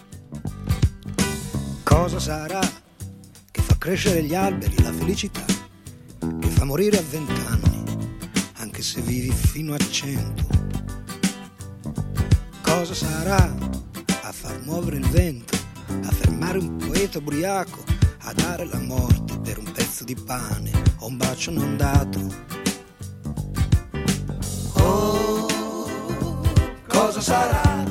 Cosa sarà che fa crescere gli alberi, la felicità, che fa morire a 20 anni, anche se vivi fino a 100? Cosa sarà a far muovere il vento, a fermare un poeta ubriaco, a dare la morte per un pezzo di pane o un bacio non dato? Oh, cosa sarà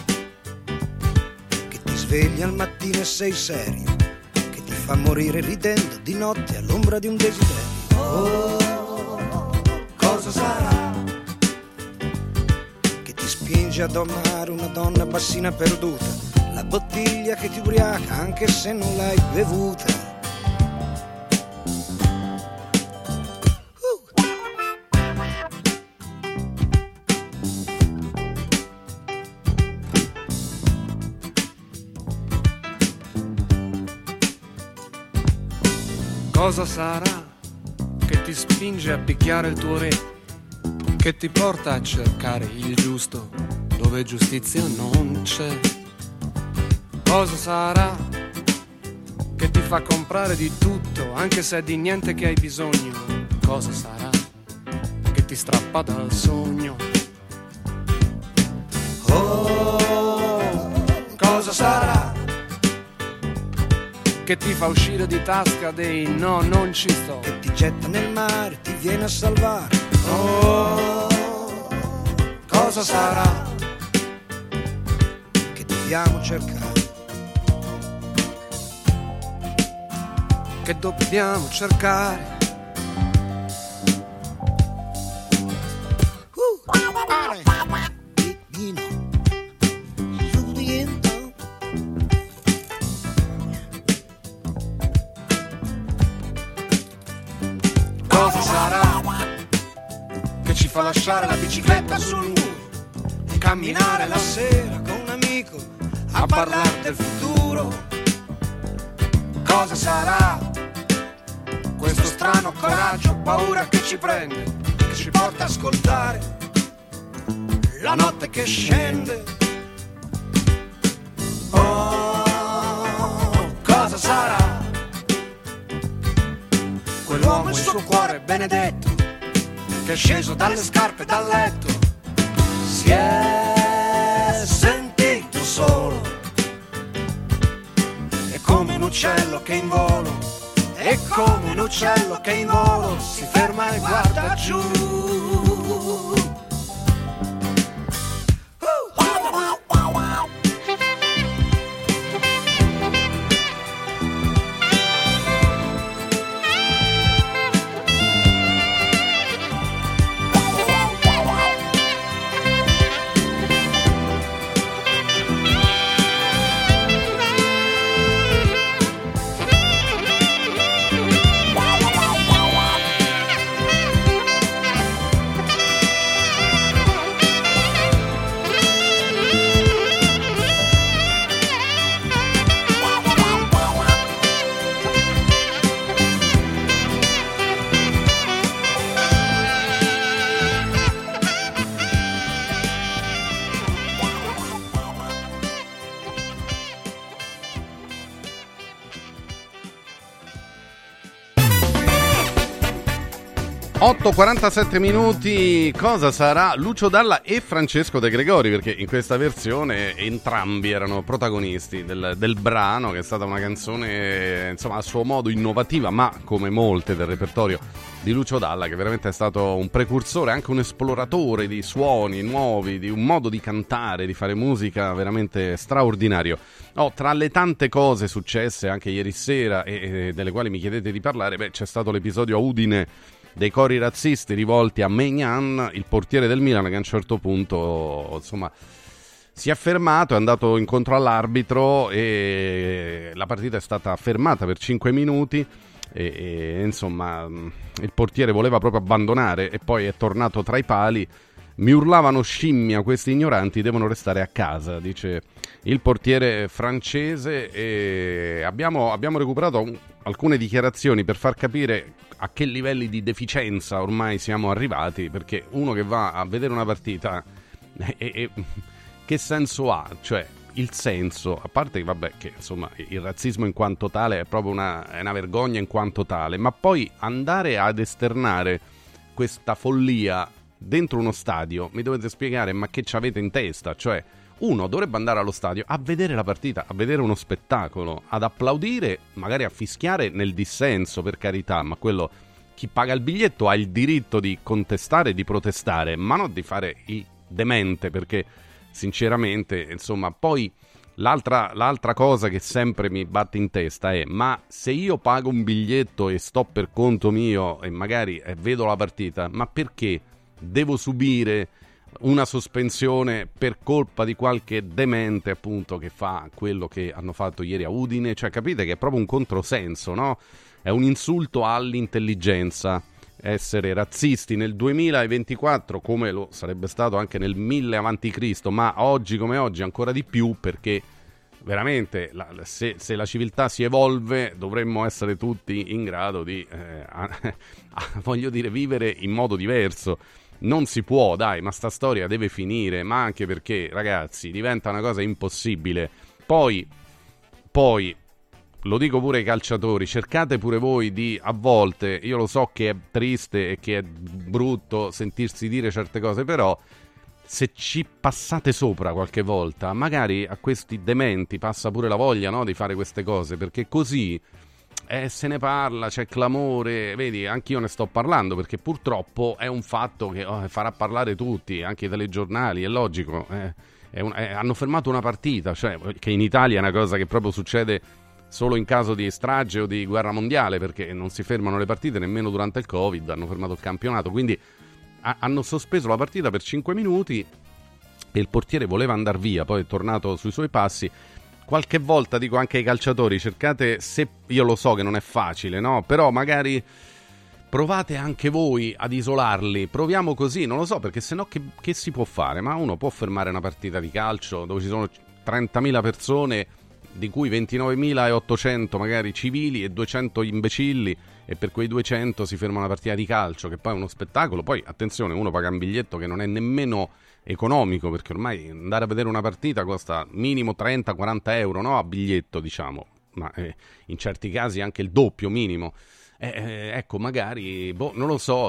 che ti svegli al mattino e sei serio, che ti fa morire ridendo di notte all'ombra di un desiderio? Oh, cosa sarà che ti spinge ad amare una donna bassina perduta, la bottiglia che ti ubriaca anche se non l'hai bevuta? Cosa sarà che ti spinge a picchiare il tuo re, che ti porta a cercare il giusto dove giustizia non c'è? Cosa sarà che ti fa comprare di tutto anche se è di niente che hai bisogno? Cosa sarà che ti strappa dal sogno? Oh, cosa sarà che ti fa uscire di tasca dei no, non ci sto, che ti getta nel mare, ti viene a salvare? Oh, cosa sarà che dobbiamo cercare, che dobbiamo cercare? Cosa sarà che ci fa lasciare la bicicletta sul muro e camminare la sera con un amico a parlare del futuro? Cosa sarà questo strano coraggio, paura che ci prende, che ci porta a ascoltare la notte che scende? Oh, cosa sarà quell'uomo e il suo cuore benedetto che è sceso dalle scarpe dal letto, si è sentito solo, è come un uccello che in volo, è come un uccello che in volo si ferma e guarda giù. 8:47 minuti. Cosa sarà Lucio Dalla e Francesco De Gregori? Perché in questa versione entrambi erano protagonisti del brano, che è stata una canzone insomma a suo modo innovativa, ma come molte del repertorio di Lucio Dalla, che veramente è stato un precursore, anche un esploratore di suoni nuovi, di un modo di cantare, di fare musica veramente straordinario. Tra le tante cose successe anche ieri sera e delle quali mi chiedete di parlare, c'è stato l'episodio a Udine dei cori razzisti rivolti a Maignan, il portiere del Milan, che a un certo punto insomma si è fermato, è andato incontro all'arbitro e la partita è stata fermata per 5 minuti e insomma il portiere voleva proprio abbandonare e poi è tornato tra i pali. Mi urlavano scimmia, questi ignoranti devono restare a casa, dice il portiere francese. E abbiamo recuperato alcune dichiarazioni per far capire a che livelli di deficienza ormai siamo arrivati, perché uno che va a vedere una partita che senso ha? Cioè, il senso, a parte che vabbè, che insomma il razzismo in quanto tale è proprio una vergogna in quanto tale, ma poi andare ad esternare questa follia dentro uno stadio, mi dovete spiegare ma che ci avete in testa? Cioè, uno dovrebbe andare allo stadio a vedere la partita, a vedere uno spettacolo, ad applaudire, magari a fischiare nel dissenso, per carità, ma quello, chi paga il biglietto ha il diritto di contestare e di protestare, ma non di fare il demente, perché sinceramente, insomma, poi l'altra cosa che sempre mi batte in testa è: ma se io pago un biglietto e sto per conto mio e magari vedo la partita, ma perché devo subire una sospensione per colpa di qualche demente, appunto, che fa quello che hanno fatto ieri a Udine? Cioè, capite che è proprio un controsenso, no? È un insulto all'intelligenza essere razzisti nel 2024, come lo sarebbe stato anche nel 1000 avanti Cristo, ma oggi come oggi ancora di più, perché veramente se la civiltà si evolve dovremmo essere tutti in grado di voglio dire, vivere in modo diverso. Non si può, dai, ma sta storia deve finire, ma anche perché, ragazzi, diventa una cosa impossibile. Poi lo dico pure ai calciatori, cercate pure voi di, a volte, io lo so che è triste e che è brutto sentirsi dire certe cose, però se ci passate sopra qualche volta, magari a questi dementi passa pure la voglia, no, di fare queste cose, perché così se ne parla, c'è clamore, vedi, anch'io ne sto parlando perché purtroppo è un fatto che farà parlare tutti, anche i telegiornali, è logico, hanno fermato una partita, cioè che in Italia è una cosa che proprio succede solo in caso di strage o di guerra mondiale, perché non si fermano le partite nemmeno durante il Covid, hanno fermato il campionato, quindi hanno sospeso la partita per 5 minuti e il portiere voleva andare via, poi è tornato sui suoi passi. Qualche volta dico anche ai calciatori, cercate, se io lo so che non è facile, no? Però magari provate anche voi ad isolarli, proviamo così, non lo so, perché sennò che si può fare? Ma uno può fermare una partita di calcio dove ci sono 30.000 persone, di cui 29.800 magari civili e 200 imbecilli, e per quei 200 si ferma una partita di calcio, che poi è uno spettacolo. Poi attenzione, uno paga un biglietto che non è nemmeno economico, perché ormai andare a vedere una partita costa minimo 30-40 euro, no? A biglietto, diciamo, ma in certi casi anche il doppio minimo. Ecco, magari, non lo so,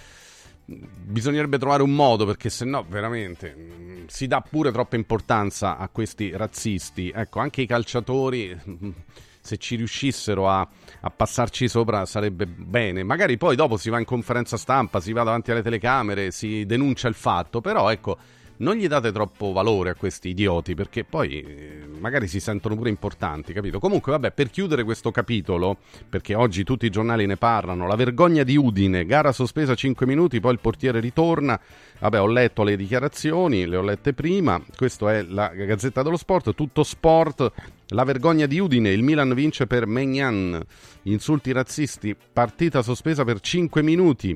bisognerebbe trovare un modo, perché sennò veramente si dà pure troppa importanza a questi razzisti. Ecco, anche i calciatori, se ci riuscissero a passarci sopra sarebbe bene. Magari poi dopo si va in conferenza stampa, si va davanti alle telecamere, si denuncia il fatto, però ecco, non gli date troppo valore a questi idioti, perché poi magari si sentono pure importanti, capito? Comunque, vabbè, per chiudere questo capitolo, perché oggi tutti i giornali ne parlano, la vergogna di Udine, gara sospesa 5 minuti, poi il portiere ritorna. Vabbè, ho letto le dichiarazioni, le ho lette prima, questo è la Gazzetta dello Sport, tutto sport. La vergogna di Udine, il Milan vince per Maignan, insulti razzisti, partita sospesa per 5 minuti.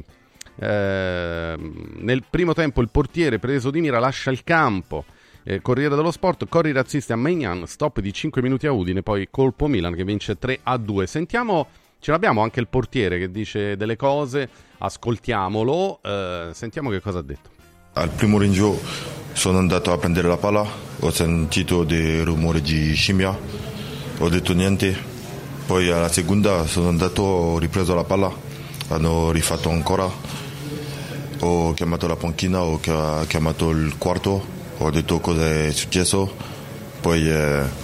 Nel primo tempo il portiere preso di mira lascia il campo. Corriere dello Sport, cori razzisti a Maignan, stop di 5 minuti a Udine, poi colpo Milan che vince 3-2. Sentiamo, ce l'abbiamo anche il portiere che dice delle cose, ascoltiamolo, sentiamo che cosa ha detto. Al primo rinvio sono andato a prendere la palla, ho sentito dei rumori di scimmia, ho detto niente, poi alla seconda sono andato, ho ripreso la palla, hanno rifatto ancora, ho chiamato la panchina, ho chiamato il quarto, ho detto cosa è successo, poi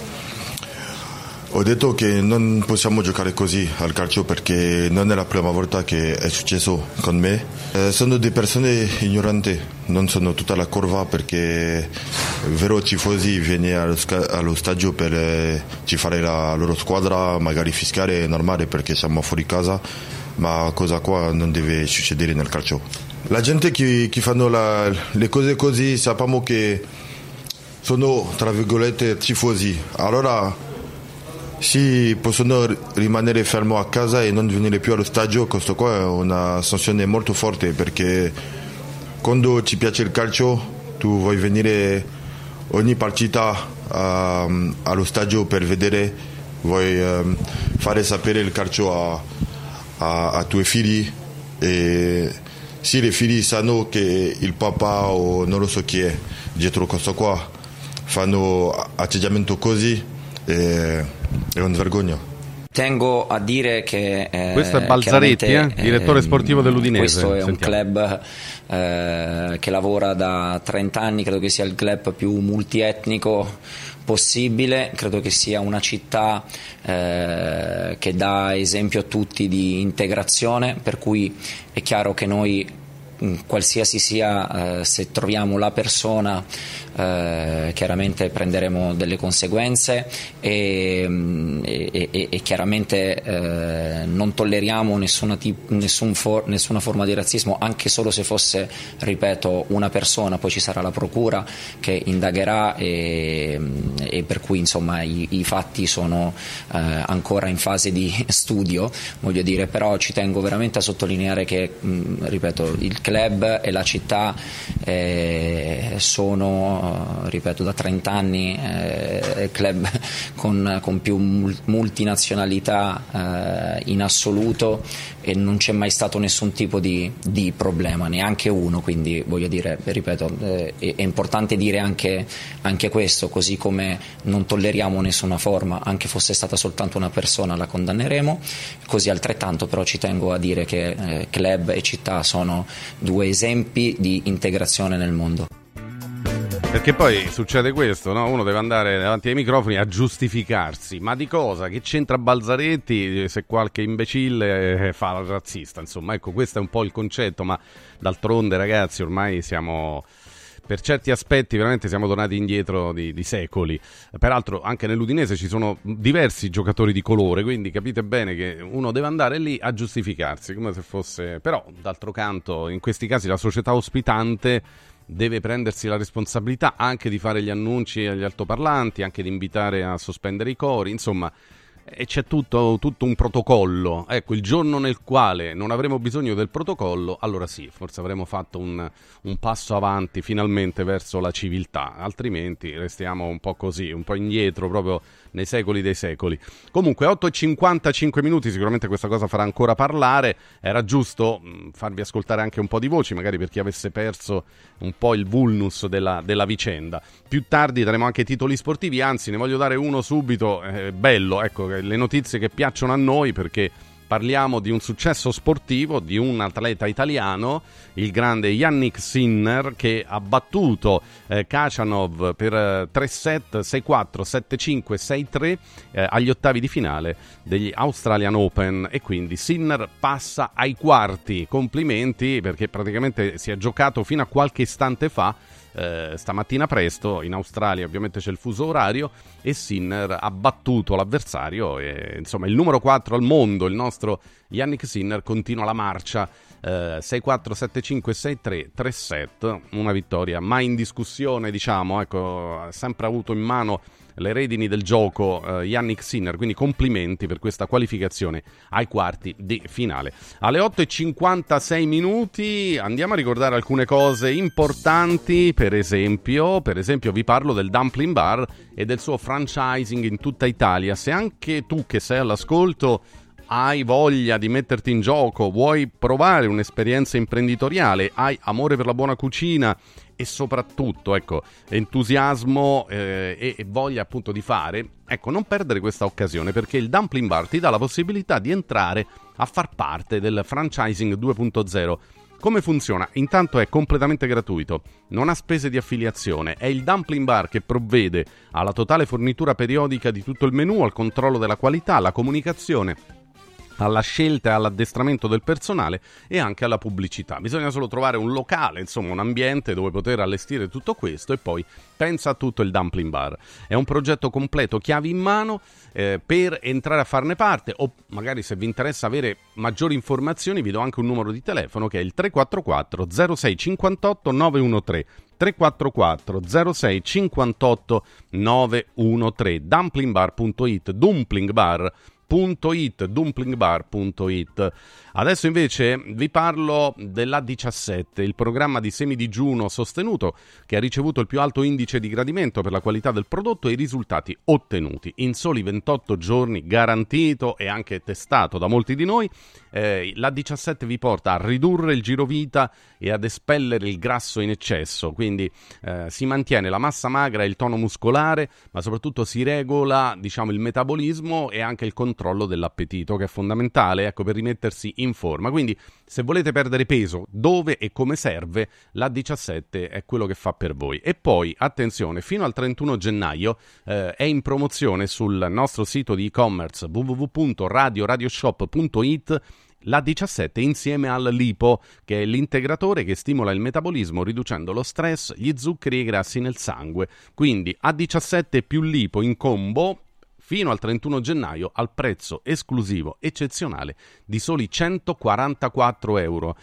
ho detto che non possiamo giocare così al calcio perché non è la prima volta che è successo con me. Sono delle persone ignoranti, non sono tutta la curva perché vero tifosi viene allo stadio per fare la loro squadra, magari fischiare è normale perché siamo fuori casa, ma cosa qua non deve succedere nel calcio. La gente che fanno le cose così sappiamo che sono tra virgolette tifosi, allora sì, possono rimanere fermo a casa e non venire più allo stadio. Questo qua è una sanzione molto forte perché quando ti piace il calcio tu vuoi venire ogni partita allo stadio per vedere, vuoi fare sapere il calcio a tuoi figli e sì, i figli sanno che il papà o non lo so chi è dietro questo qua fanno atteggiamento così e è un vergogna. Tengo a dire che questo è Balzaretti, direttore sportivo dell'Udinese. Questo è un club che lavora da 30 anni, credo che sia il club più multietnico possibile, credo che sia una città che dà esempio a tutti di integrazione, per cui è chiaro che noi qualsiasi sia, se troviamo la persona chiaramente prenderemo delle conseguenze e chiaramente non tolleriamo nessuna forma di razzismo, anche solo se fosse, ripeto, una persona. Poi ci sarà la procura che indagherà e per cui insomma i fatti sono ancora in fase di studio, voglio dire, però ci tengo veramente a sottolineare che ripeto, il club club e la città sono, ripeto, da 30 anni club con più multinazionalità in assoluto, e non c'è mai stato nessun tipo di problema, neanche uno. Quindi voglio dire, ripeto, è importante dire anche questo, così come non tolleriamo nessuna forma, anche fosse stata soltanto una persona la condanneremo, così altrettanto però ci tengo a dire che club e città sono due esempi di integrazione nel mondo. Perché poi succede questo, no? Uno deve andare davanti ai microfoni a giustificarsi, ma di cosa? Che c'entra Balzaretti se qualche imbecille fa il razzista? Insomma, ecco, questo è un po' il concetto, ma d'altronde, ragazzi, ormai siamo, per certi aspetti veramente siamo tornati indietro di secoli. Peraltro anche nell'Udinese ci sono diversi giocatori di colore, quindi capite bene che uno deve andare lì a giustificarsi, come se fosse... Però, d'altro canto, in questi casi la società ospitante deve prendersi la responsabilità anche di fare gli annunci agli altoparlanti, anche di invitare a sospendere i cori, insomma, e c'è tutto un protocollo. Ecco, il giorno nel quale non avremo bisogno del protocollo, allora sì, forse avremo fatto un passo avanti finalmente verso la civiltà, altrimenti restiamo un po' così, un po' indietro proprio nei secoli dei secoli. Comunque 8:55 minuti, sicuramente questa cosa farà ancora parlare. Era giusto farvi ascoltare anche un po' di voci, magari per chi avesse perso un po' il vulnus della vicenda. Più tardi daremo anche titoli sportivi, anzi ne voglio dare uno subito, bello, ecco, le notizie che piacciono a noi, perché parliamo di un successo sportivo di un atleta italiano, il grande Jannik Sinner, che ha battuto Khachanov per 3-7, 6-4, 7-5, 6-3 agli ottavi di finale degli Australian Open, e quindi Sinner passa ai quarti. Complimenti, perché praticamente si è giocato fino a qualche istante fa, stamattina presto. In Australia ovviamente c'è il fuso orario, e Sinner ha battuto l'avversario, e insomma il numero 4 al mondo, il nostro Jannik Sinner, continua la marcia, 6-4, 7-5, 6-3, 3-7, una vittoria mai in discussione, diciamo, ecco, ha sempre avuto in mano le redini del gioco Jannik Sinner, quindi complimenti per questa qualificazione ai quarti di finale. Alle 8:56 minuti andiamo a ricordare alcune cose importanti. Per esempio vi parlo del Dumpling Bar e del suo franchising in tutta Italia. Se anche tu che sei all'ascolto hai voglia di metterti in gioco, vuoi provare un'esperienza imprenditoriale, hai amore per la buona cucina e soprattutto, ecco, entusiasmo e voglia appunto di fare, ecco, non perdere questa occasione, perché il Dumpling Bar ti dà la possibilità di entrare a far parte del franchising 2.0. Come funziona? Intanto è completamente gratuito, non ha spese di affiliazione, è il Dumpling Bar che provvede alla totale fornitura periodica di tutto il menù, al controllo della qualità, alla comunicazione, alla scelta e all'addestramento del personale e anche alla pubblicità. Bisogna solo trovare un locale, insomma un ambiente dove poter allestire tutto questo, e poi pensa a tutto il Dumpling Bar. È un progetto completo, chiavi in mano, per entrare a farne parte, o magari se vi interessa avere maggiori informazioni vi do anche un numero di telefono, che è il 344 06 58 913. 344 06 58 913. dumplingbar.it, dumplingbar.it. Adesso invece vi parlo dell'A17, il programma di semidigiuno sostenuto che ha ricevuto il più alto indice di gradimento per la qualità del prodotto e i risultati ottenuti. In soli 28 giorni, garantito e anche testato da molti di noi, l'A17 vi porta a ridurre il girovita e ad espellere il grasso in eccesso, quindi si mantiene la massa magra e il tono muscolare, ma soprattutto si regola, diciamo, il metabolismo e anche il controllo dell'appetito, che è fondamentale, ecco, per rimettersi in forma. Quindi se volete perdere peso dove e come serve, l'A17 è quello che fa per voi. E poi attenzione, fino al 31 gennaio è in promozione sul nostro sito di e-commerce www.radioradioshop.it l'A17 insieme al Lipo, che è l'integratore che stimola il metabolismo riducendo lo stress, gli zuccheri e i grassi nel sangue. Quindi A17 più Lipo in combo fino al 31 gennaio al prezzo esclusivo eccezionale di soli 144 euro.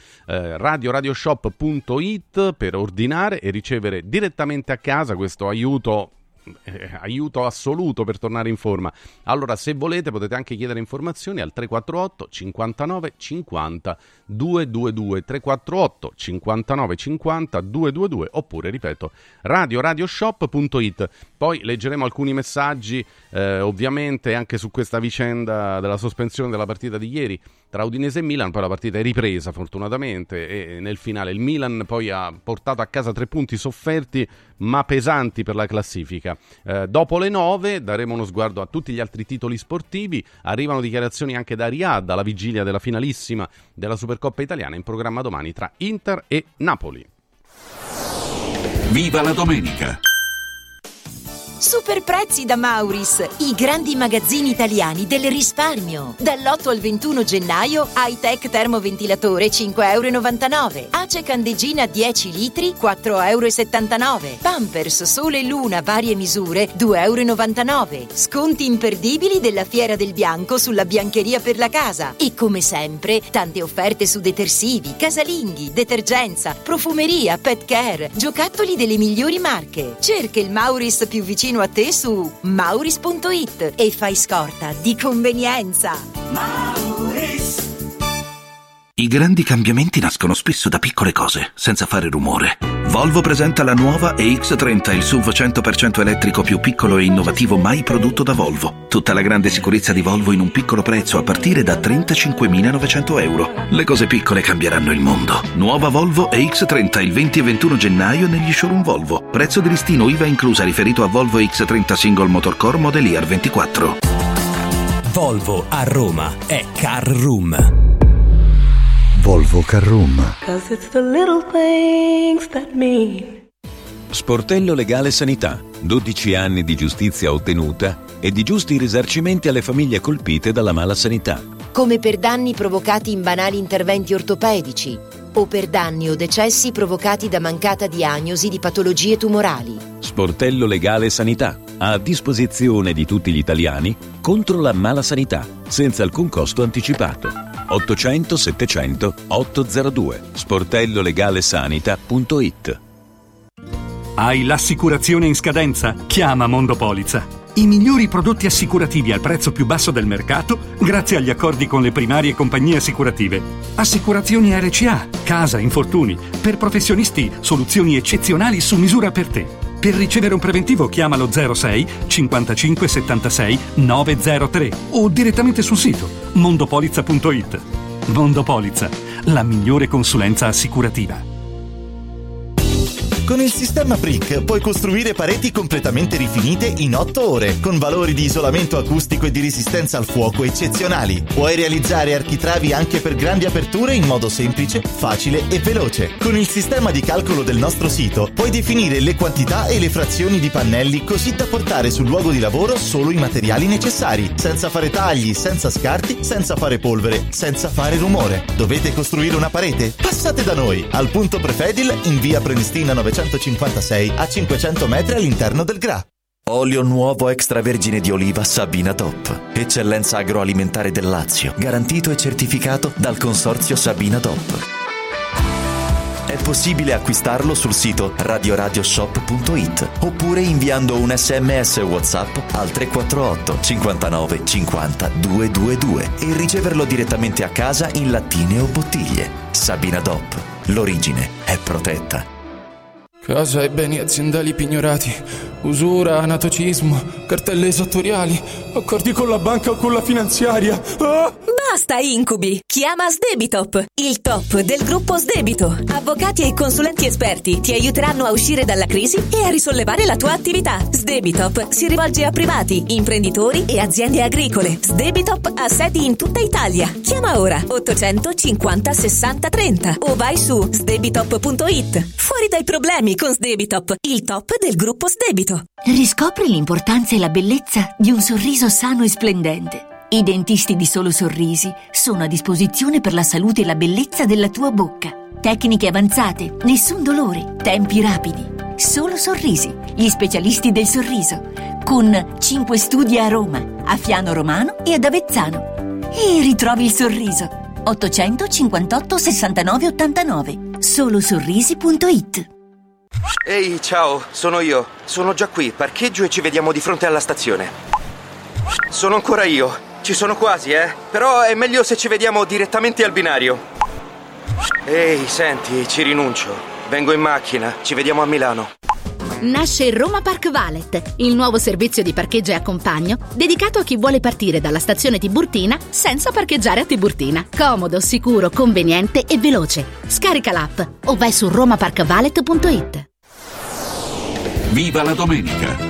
Radioradioshop.it per ordinare e ricevere direttamente a casa questo aiuto aiuto assoluto per tornare in forma. Allora, se volete potete anche chiedere informazioni al 348 59 50 222, 348 59 50 222, oppure, ripeto, radioshop.it. Poi leggeremo alcuni messaggi ovviamente anche su questa vicenda della sospensione della partita di ieri tra Udinese e Milan. Poi la partita è ripresa fortunatamente e nel finale il Milan poi ha portato a casa 3 punti sofferti ma pesanti per la classifica. Dopo le 9 daremo uno sguardo a tutti gli altri titoli sportivi. Arrivano dichiarazioni anche da Riyadh alla vigilia della finalissima della Supercoppa italiana, in programma domani tra Inter e Napoli. Viva la domenica! Super prezzi da Mauris, i grandi magazzini italiani del risparmio. Dall'8 al 21 gennaio, High-Tech termoventilatore 5,99 €, Ace candeggina 10 litri 4,79 €, Pampers Sole e Luna varie misure 2,99 €. Sconti imperdibili della Fiera del Bianco sulla biancheria per la casa. E come sempre, tante offerte su detersivi, casalinghi, detergenza, profumeria, pet care, giocattoli delle migliori marche. Cerca il Mauris più vicino a te su mauris.it e fai scorta di convenienza. Mauris. I grandi cambiamenti nascono spesso da piccole cose, senza fare rumore. Volvo presenta la nuova EX30, il SUV 100% elettrico più piccolo e innovativo mai prodotto da Volvo. Tutta la grande sicurezza di Volvo in un piccolo prezzo a partire da 35.900 €. Le cose piccole cambieranno il mondo. Nuova Volvo EX30 il 20 e 21 gennaio negli showroom Volvo. Prezzo di listino IVA inclusa riferito a Volvo EX30 Single Motor Core Model Year 24. Volvo a Roma è Car Room. Volvo Car Room. 'Cause it's the little things that mean. Sportello Legale Sanità. 12 anni di giustizia ottenuta e di giusti risarcimenti alle famiglie colpite dalla mala sanità. Come per danni provocati in banali interventi ortopedici o per danni o decessi provocati da mancata diagnosi di patologie tumorali. Sportello Legale Sanità. A disposizione di tutti gli italiani contro la mala sanità, senza alcun costo anticipato. 800 700 802 sportellolegalesanita.it. Hai l'assicurazione in scadenza? Chiama Mondopolizza. I migliori prodotti assicurativi al prezzo più basso del mercato grazie agli accordi con le primarie compagnie assicurative. Assicurazioni RCA, casa, infortuni. Per professionisti, soluzioni eccezionali su misura per te. Per ricevere un preventivo chiamalo 06 55 76 903 o direttamente sul sito mondopolizza.it. Mondopolizza, la migliore consulenza assicurativa. Con il sistema Brick puoi costruire pareti completamente rifinite in 8 ore, con valori di isolamento acustico e di resistenza al fuoco eccezionali. Puoi realizzare architravi anche per grandi aperture in modo semplice, facile e veloce. Con il sistema di calcolo del nostro sito puoi definire le quantità e le frazioni di pannelli così da portare sul luogo di lavoro solo i materiali necessari, senza fare tagli, senza scarti, senza fare polvere, senza fare rumore. Dovete costruire una parete? Passate da noi, al punto Prefedil in via Prenestina 956 a 500 metri all'interno del GRA. Olio nuovo extravergine di oliva Sabina DOP. Eccellenza agroalimentare del Lazio. Garantito e certificato dal consorzio Sabina DOP. È possibile acquistarlo sul sito radioshop.it oppure inviando un SMS WhatsApp al 348 59 50 222 e riceverlo direttamente a casa in lattine o bottiglie. Sabina DOP. L'origine è protetta. Casa e beni aziendali pignorati, usura, anatocismo, cartelle esattoriali, accordi con la banca o con la finanziaria. Ah! Basta incubi! Chiama Sdebitop, il top del gruppo Sdebito. Avvocati e consulenti esperti ti aiuteranno a uscire dalla crisi e a risollevare la tua attività. Sdebitop si rivolge a privati, imprenditori e aziende agricole. Sdebitop ha sedi in tutta Italia. Chiama ora 850 60 30 o vai su sdebitop.it. Fuori dai problemi con Sdebitop, il top del gruppo Sdebito. Riscopri l'importanza e la bellezza di un sorriso sano e splendente. I dentisti di Solo Sorrisi sono a disposizione per la salute e la bellezza della tua bocca. Tecniche avanzate, nessun dolore, tempi rapidi. Solo Sorrisi, gli specialisti del sorriso, con 5 studi a Roma, a Fiano Romano e ad Avezzano. E ritrovi il sorriso. 858 69 89. Solosorrisi.it. Ehi, ciao, sono io. Sono già qui, parcheggio e ci vediamo di fronte alla stazione. Sono ancora io. Ci sono quasi, Però è meglio se ci vediamo direttamente al binario. Ehi, senti, ci rinuncio. Vengo in macchina, ci vediamo a Milano. Nasce Roma Park Valet, il nuovo servizio di parcheggio e accompagno dedicato a chi vuole partire dalla stazione Tiburtina senza parcheggiare a Tiburtina. Comodo, sicuro, conveniente e veloce. Scarica l'app o vai su romaparkvalet.it. Viva la domenica!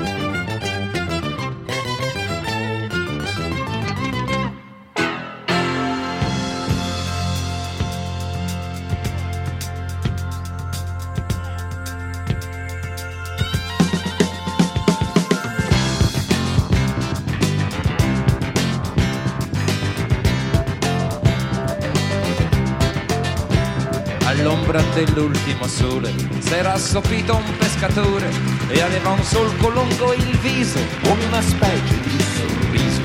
All'ombra dell'ultimo sole s'era assopito un pescatore e aveva un solco lungo il viso come una specie di sorriso.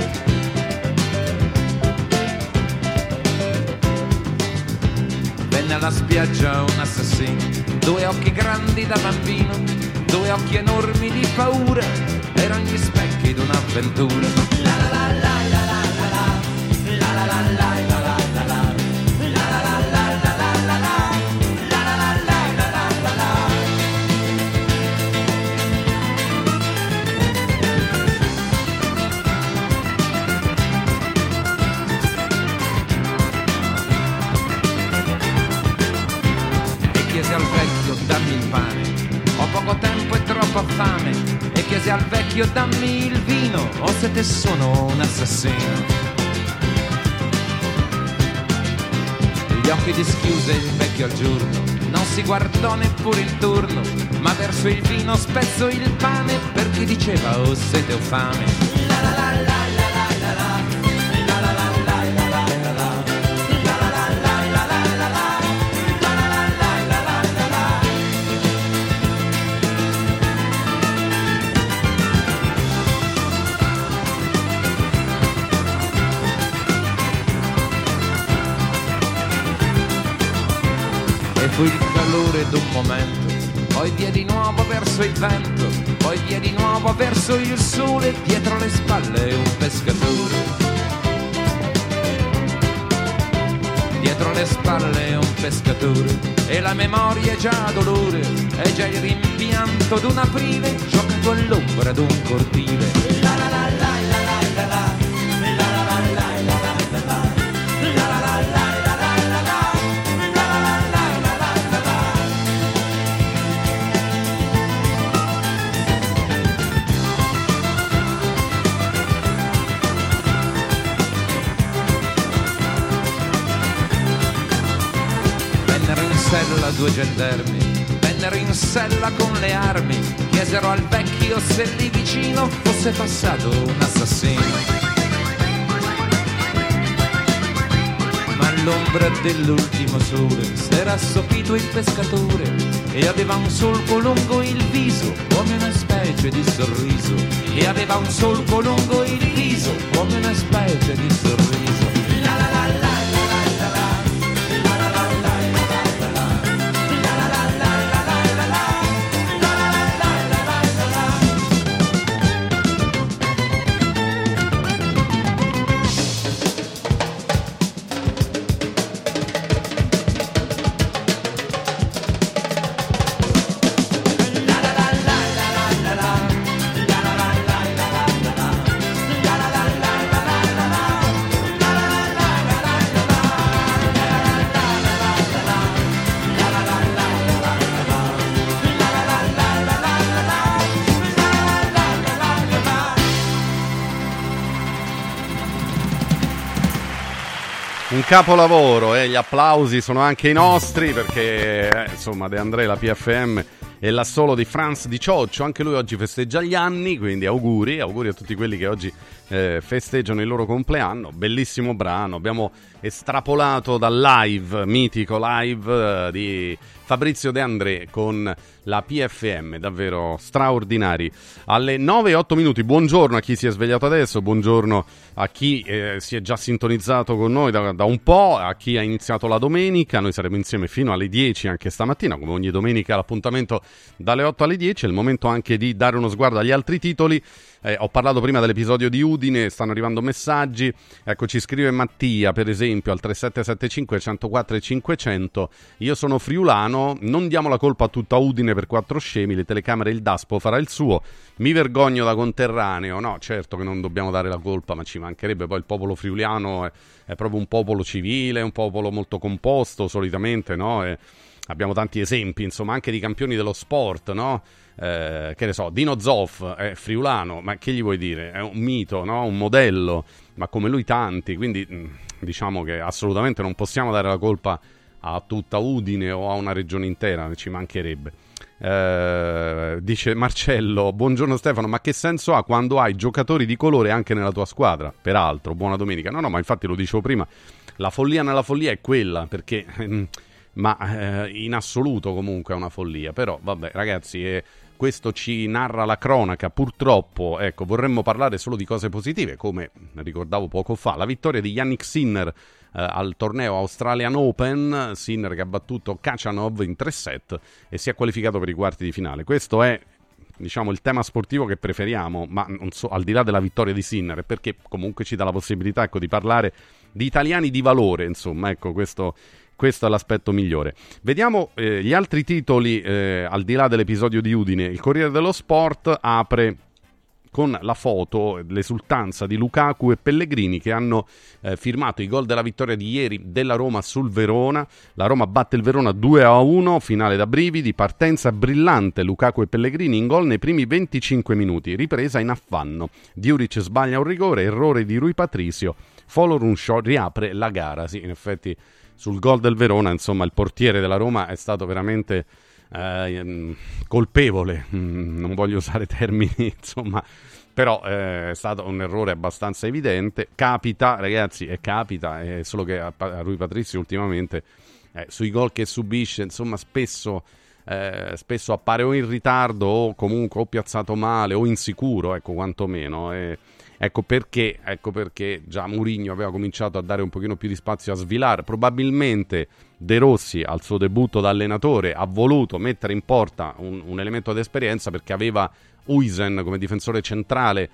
Venne alla spiaggia un assassino, 2 occhi grandi da bambino, 2 occhi enormi di paura, erano gli specchi d'un'avventura. La la la la la la la la la la la. Al vecchio dammi il pane, ho poco tempo e troppa fame, e chiesi al vecchio dammi il vino, o se te sono un assassino. Gli occhi dischiuse il vecchio al giorno, non si guardò neppure intorno, ma verso il vino spezzo il pane, perché diceva o sete o fame. La la la la. Fu il calore d'un momento, poi via di nuovo verso il vento, poi via di nuovo verso il sole, dietro le spalle un pescatore. Dietro le spalle un pescatore, e la memoria è già dolore, è già il rimpianto d'un aprile, giocato all'ombra d'un cortile. La la la la la la la la. Sella 2 gendarmi, vennero in sella con le armi, chiesero al vecchio se lì vicino fosse passato un assassino. Ma all'ombra dell'ultimo sole s'era assopito il pescatore e aveva un solco lungo il viso come una specie di sorriso, e aveva un solco lungo il viso come una specie di sorriso. La la la la. Un capolavoro, gli applausi sono anche i nostri perché insomma De André, la PFM e l'assolo di Franz Di Cioccio, anche lui oggi festeggia gli anni, quindi auguri a tutti quelli che oggi festeggiano il loro compleanno. Bellissimo brano, abbiamo estrapolato dal live, mitico live di Fabrizio De André con la PFM, davvero straordinari. Alle 9:08 minuti, buongiorno a chi si è svegliato adesso, buongiorno a chi si è già sintonizzato con noi da un po', a chi ha iniziato la domenica. Noi saremo insieme fino alle 10 anche stamattina, come ogni domenica l'appuntamento dalle 8 alle 10, è il momento anche di dare uno sguardo agli altri titoli. Ho parlato prima dell'episodio di Udine, stanno arrivando messaggi, ecco, ci scrive Mattia per esempio al 3775 104 e 500: io sono friulano, non diamo la colpa a tutta Udine per 4 scemi, le telecamere e il Daspo farà il suo, mi vergogno da conterraneo. No, certo che non dobbiamo dare la colpa, ma ci mancherebbe, poi il popolo friuliano è proprio un popolo civile, un popolo molto composto solitamente, no? Abbiamo tanti esempi, insomma, anche di campioni dello sport, no? Che ne so, Dino Zoff è friulano, ma che gli vuoi dire? È un mito, no? Un modello, ma come lui tanti, quindi diciamo che assolutamente non possiamo dare la colpa a tutta Udine o a una regione intera, ci mancherebbe. Dice Marcello: buongiorno Stefano, ma che senso ha quando hai giocatori di colore anche nella tua squadra? Peraltro, buona domenica. No, ma infatti lo dicevo prima, la follia nella follia è quella, perché ma in assoluto comunque è una follia. Però vabbè ragazzi, questo ci narra la cronaca, purtroppo. Ecco, vorremmo parlare solo di cose positive, come ricordavo poco fa, la vittoria di Jannik Sinner al torneo Australian Open. Sinner che ha battuto Khachanov in 3 set e si è qualificato per i quarti di finale. Questo è, diciamo, il tema sportivo che preferiamo, ma non so, al di là della vittoria di Sinner, perché comunque ci dà la possibilità, ecco, di parlare di italiani di valore, insomma, ecco, questo è l'aspetto migliore. Vediamo gli altri titoli al di là dell'episodio di Udine. Il Corriere dello Sport apre con la foto, l'esultanza di Lukaku e Pellegrini che hanno firmato i gol della vittoria di ieri della Roma sul Verona. La Roma batte il Verona 2-1, finale da brividi, partenza brillante Lukaku e Pellegrini in gol nei primi 25 minuti, ripresa in affanno. Djuric sbaglia un rigore, errore di Rui Patricio, Folorunshaw riapre la gara. Sì, in effetti sul gol del Verona, insomma, il portiere della Roma è stato veramente colpevole, non voglio usare termini, insomma, però è stato un errore abbastanza evidente. Capita, ragazzi, capita, è solo che a Rui Patricio ultimamente sui gol che subisce, insomma, spesso appare o in ritardo o comunque o piazzato male o insicuro, ecco, quantomeno. Ecco perché già Mourinho aveva cominciato a dare un pochino più di spazio a Svilar. Probabilmente De Rossi al suo debutto da allenatore ha voluto mettere in porta un elemento di esperienza, perché aveva Huijsen come difensore centrale,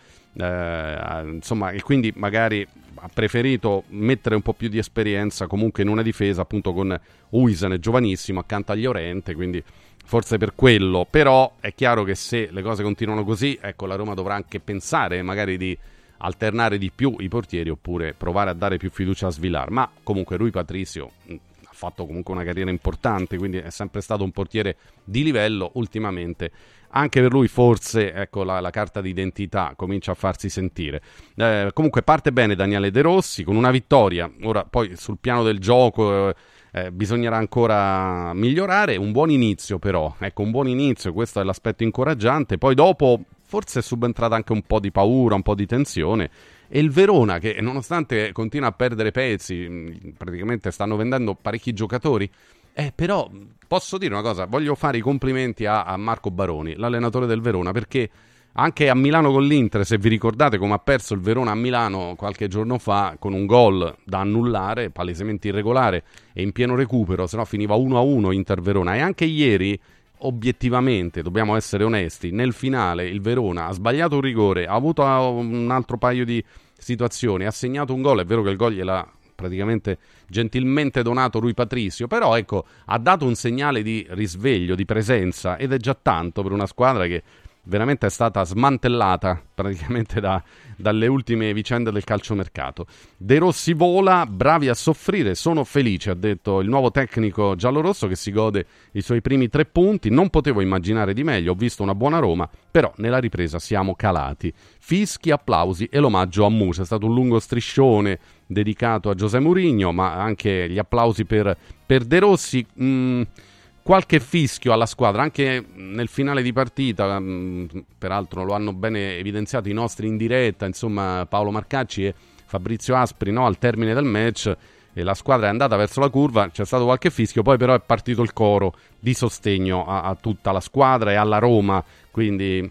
insomma, e quindi magari ha preferito mettere un po' più di esperienza comunque in una difesa, appunto, con Huijsen giovanissimo accanto a Llorente, quindi forse per quello. Però è chiaro che se le cose continuano così, ecco, la Roma dovrà anche pensare magari di alternare di più i portieri, oppure provare a dare più fiducia a Svilar. Ma comunque Rui Patricio ha fatto comunque una carriera importante, quindi è sempre stato un portiere di livello. Ultimamente anche per lui forse, ecco, la carta d'identità comincia a farsi sentire. Comunque parte bene Daniele De Rossi con una vittoria. Ora poi sul piano del gioco bisognerà ancora migliorare. Un buon inizio, però, ecco, un buon inizio, questo è l'aspetto incoraggiante. Poi dopo forse è subentrata anche un po' di paura, un po' di tensione, e il Verona, che nonostante continua a perdere pezzi, praticamente stanno vendendo parecchi giocatori, però posso dire una cosa, voglio fare i complimenti a Marco Baroni, l'allenatore del Verona, perché anche a Milano con l'Inter, se vi ricordate come ha perso il Verona a Milano qualche giorno fa, con un gol da annullare, palesemente irregolare e in pieno recupero, se no finiva 1-1 Inter-Verona. E anche ieri, obiettivamente, dobbiamo essere onesti, nel finale il Verona ha sbagliato un rigore, ha avuto un altro paio di situazioni, ha segnato un gol. È vero che il gol gliel'ha praticamente gentilmente donato Rui Patricio, però ecco, ha dato un segnale di risveglio, di presenza, ed è già tanto per una squadra che veramente è stata smantellata praticamente dalle ultime vicende del calciomercato. De Rossi vola, bravi a soffrire, sono felice, ha detto il nuovo tecnico giallorosso, che si gode i suoi primi 3 punti. Non potevo immaginare di meglio, ho visto una buona Roma, però nella ripresa siamo calati. Fischi, applausi e l'omaggio a Musa. È stato un lungo striscione dedicato a José Mourinho, ma anche gli applausi per De Rossi. qualche fischio alla squadra, anche nel finale di partita, peraltro lo hanno bene evidenziato i nostri in diretta, insomma Paolo Marcacci e Fabrizio Aspri, no, al termine del match, e la squadra è andata verso la curva, c'è stato qualche fischio, poi però è partito il coro di sostegno a tutta la squadra e alla Roma, quindi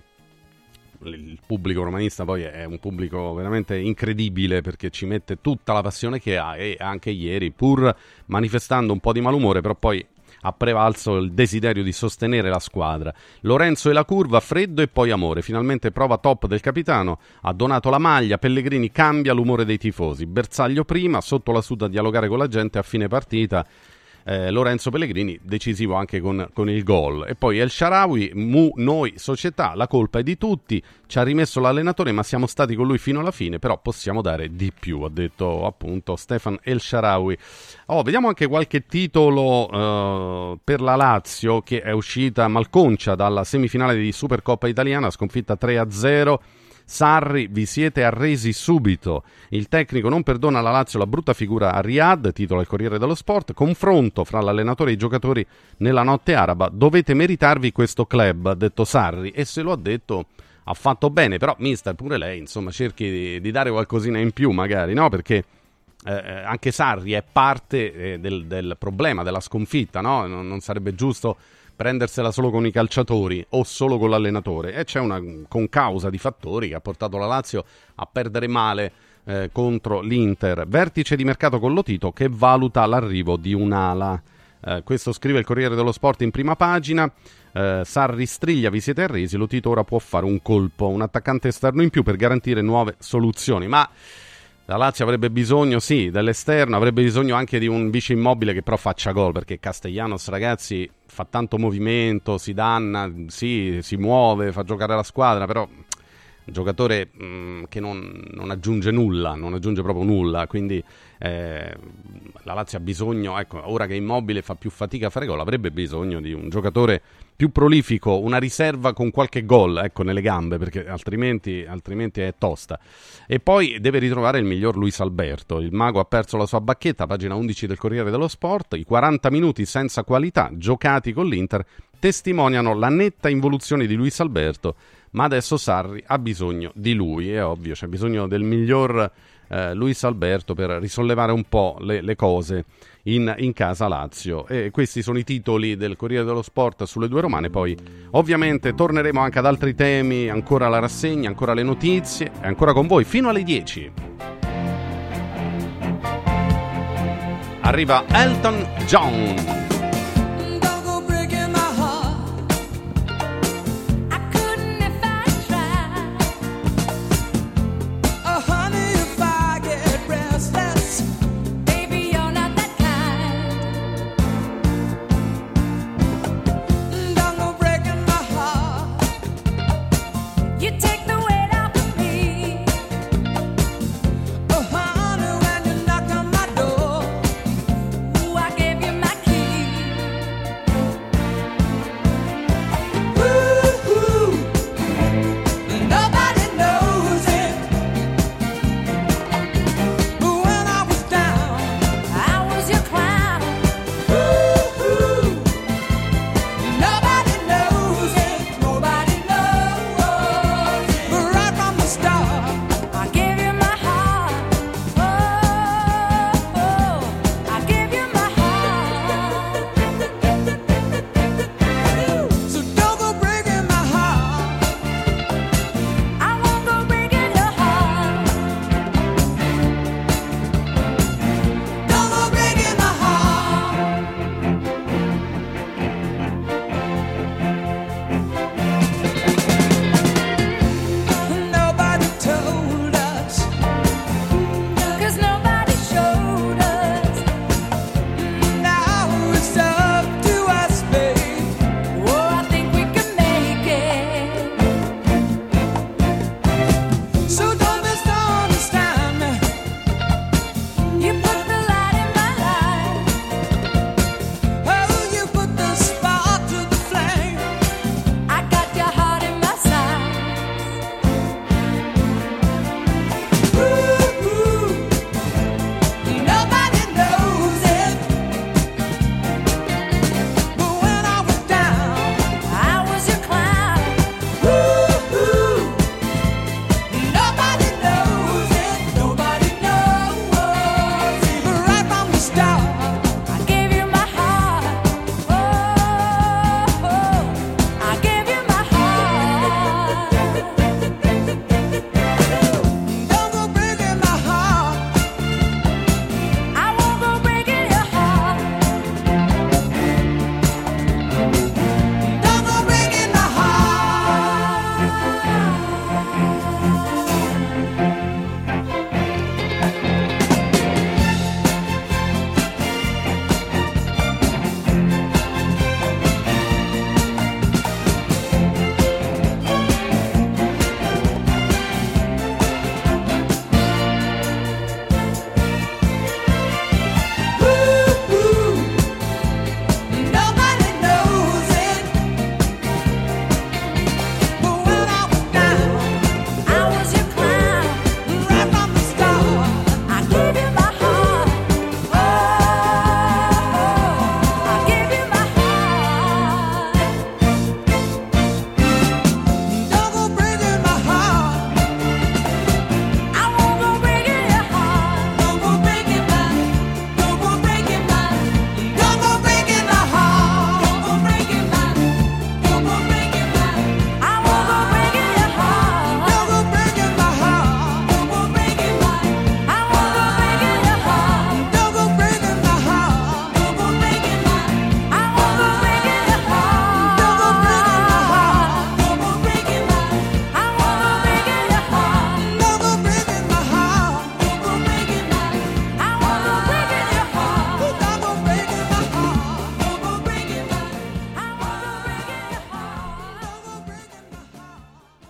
il pubblico romanista poi è un pubblico veramente incredibile, perché ci mette tutta la passione che ha, e anche ieri, pur manifestando un po' di malumore, però poi ha prevalso il desiderio di sostenere la squadra. Lorenzo e la curva, freddo e poi amore. Finalmente prova top del capitano, ha donato la maglia, Pellegrini cambia l'umore dei tifosi. Bersaglio prima, sotto la Sud a dialogare con la gente a fine partita. Lorenzo Pellegrini decisivo anche con il gol. E poi El Shaarawy, noi società, la colpa è di tutti, ci ha rimesso l'allenatore ma siamo stati con lui fino alla fine, però possiamo dare di più, ha detto appunto Stefan El Shaarawy. Vediamo anche qualche titolo per la Lazio, che è uscita malconcia dalla semifinale di Supercoppa italiana, sconfitta 3-0. Sarri, vi siete arresi subito, il tecnico non perdona alla Lazio la brutta figura a Riyadh, titola il Corriere dello Sport. Confronto fra l'allenatore e i giocatori nella notte araba, dovete meritarvi questo club, ha detto Sarri, e se lo ha detto ha fatto bene, però mister pure lei, insomma, cerchi di dare qualcosina in più magari, no? Perché anche Sarri è parte del problema, della sconfitta, no? Non sarebbe giusto prendersela solo con i calciatori o solo con l'allenatore, e c'è una concausa di fattori che ha portato la Lazio a perdere male contro l'Inter. Vertice di mercato con Lotito che valuta l'arrivo di un'ala, questo scrive il Corriere dello Sport in prima pagina. Sarri striglia, vi siete arresi, Lotito ora può fare un colpo, un attaccante esterno in più per garantire nuove soluzioni, ma la Lazio avrebbe bisogno, sì, dell'esterno, avrebbe bisogno anche di un vice Immobile che però faccia gol, perché Castellanos, ragazzi, fa tanto movimento, si danna, sì, si muove, fa giocare la squadra, però un giocatore che non aggiunge nulla, non aggiunge proprio nulla, quindi la Lazio ha bisogno, ecco, ora che Immobile fa più fatica a fare gol, avrebbe bisogno di un giocatore più prolifico, una riserva con qualche gol, ecco, nelle gambe, perché altrimenti è tosta. E poi deve ritrovare il miglior Luis Alberto, il mago ha perso la sua bacchetta, pagina 11 del Corriere dello Sport, i 40 minuti senza qualità giocati con l'Inter testimoniano la netta involuzione di Luis Alberto, ma adesso Sarri ha bisogno di lui, è ovvio, c'è bisogno del miglior Luis Alberto per risollevare un po' le cose in casa Lazio. E questi sono i titoli del Corriere dello Sport sulle due romane. Poi ovviamente torneremo anche ad altri temi, ancora la rassegna, ancora le notizie e ancora con voi fino alle 10. Arriva Elton John. Honey, when you knocked on my door, ooh, I gave you my key.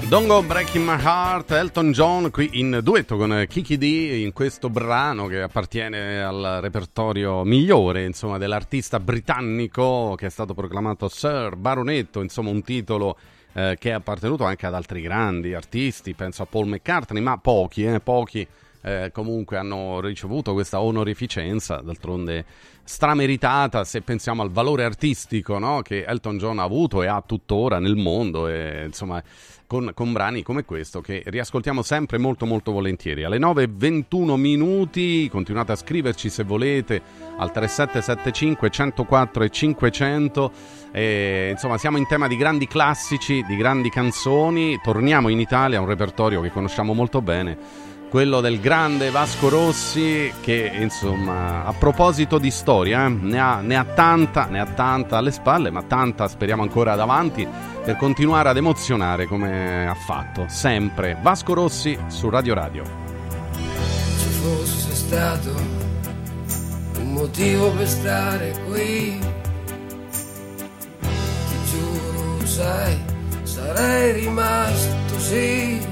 Don't Go Breaking My Heart, Elton John qui in duetto con Kiki D in questo brano che appartiene al repertorio migliore, insomma, dell'artista britannico che è stato proclamato Sir Baronetto, insomma un titolo che è appartenuto anche ad altri grandi artisti, penso a Paul McCartney, ma pochi comunque hanno ricevuto questa onorificenza, d'altronde strameritata se pensiamo al valore artistico, no? Che Elton John ha avuto e ha tuttora nel mondo, e insomma con brani come questo che riascoltiamo sempre molto molto volentieri. Alle 9:21 continuate a scriverci se volete al 3775 104 e 500, insomma siamo in tema di grandi classici, di grandi canzoni. Torniamo in Italia a un repertorio che conosciamo molto bene, quello del grande Vasco Rossi, che insomma, a proposito di storia, ne ha tanta alle spalle, ma tanta speriamo ancora davanti per continuare ad emozionare come ha fatto sempre. Vasco Rossi su Radio Radio. Ci fosse stato un motivo per stare qui, ti giuro, sai, sarei rimasto, sì.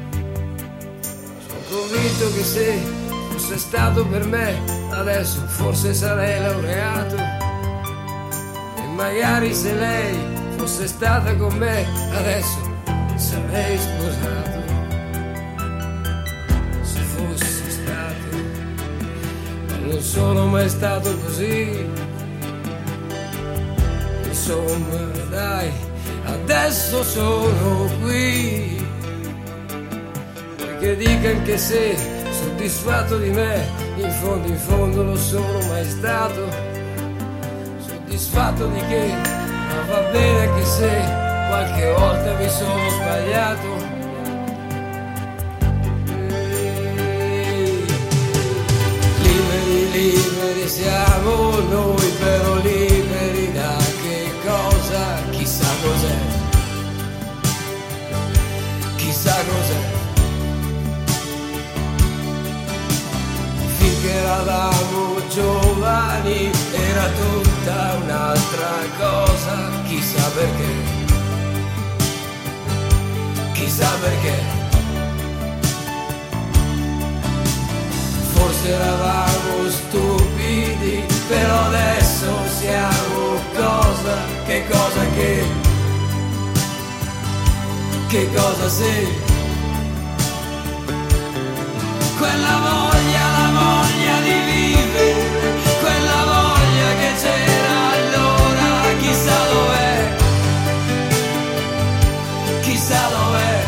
Convinto che se fosse stato per me, adesso forse sarei laureato, e magari se lei fosse stata con me, adesso sarei sposato. Se fosse stato, ma non sono mai stato così. Insomma, dai, adesso sono qui. Che dica anche se soddisfatto di me, in fondo lo sono mai stato. Soddisfatto di che, ma va bene anche se qualche volta mi sono sbagliato. Liberi siamo noi, però liberi da che cosa? Chissà cos'è, chissà cos'è. Finché eravamo giovani era tutta un'altra cosa, chissà perché, chissà perché. Forse eravamo stupidi, però adesso siamo cosa, che cosa che cosa sei? Quella voglia, la voglia di vivere, quella voglia che c'era allora, chissà dov'è, chissà dov'è.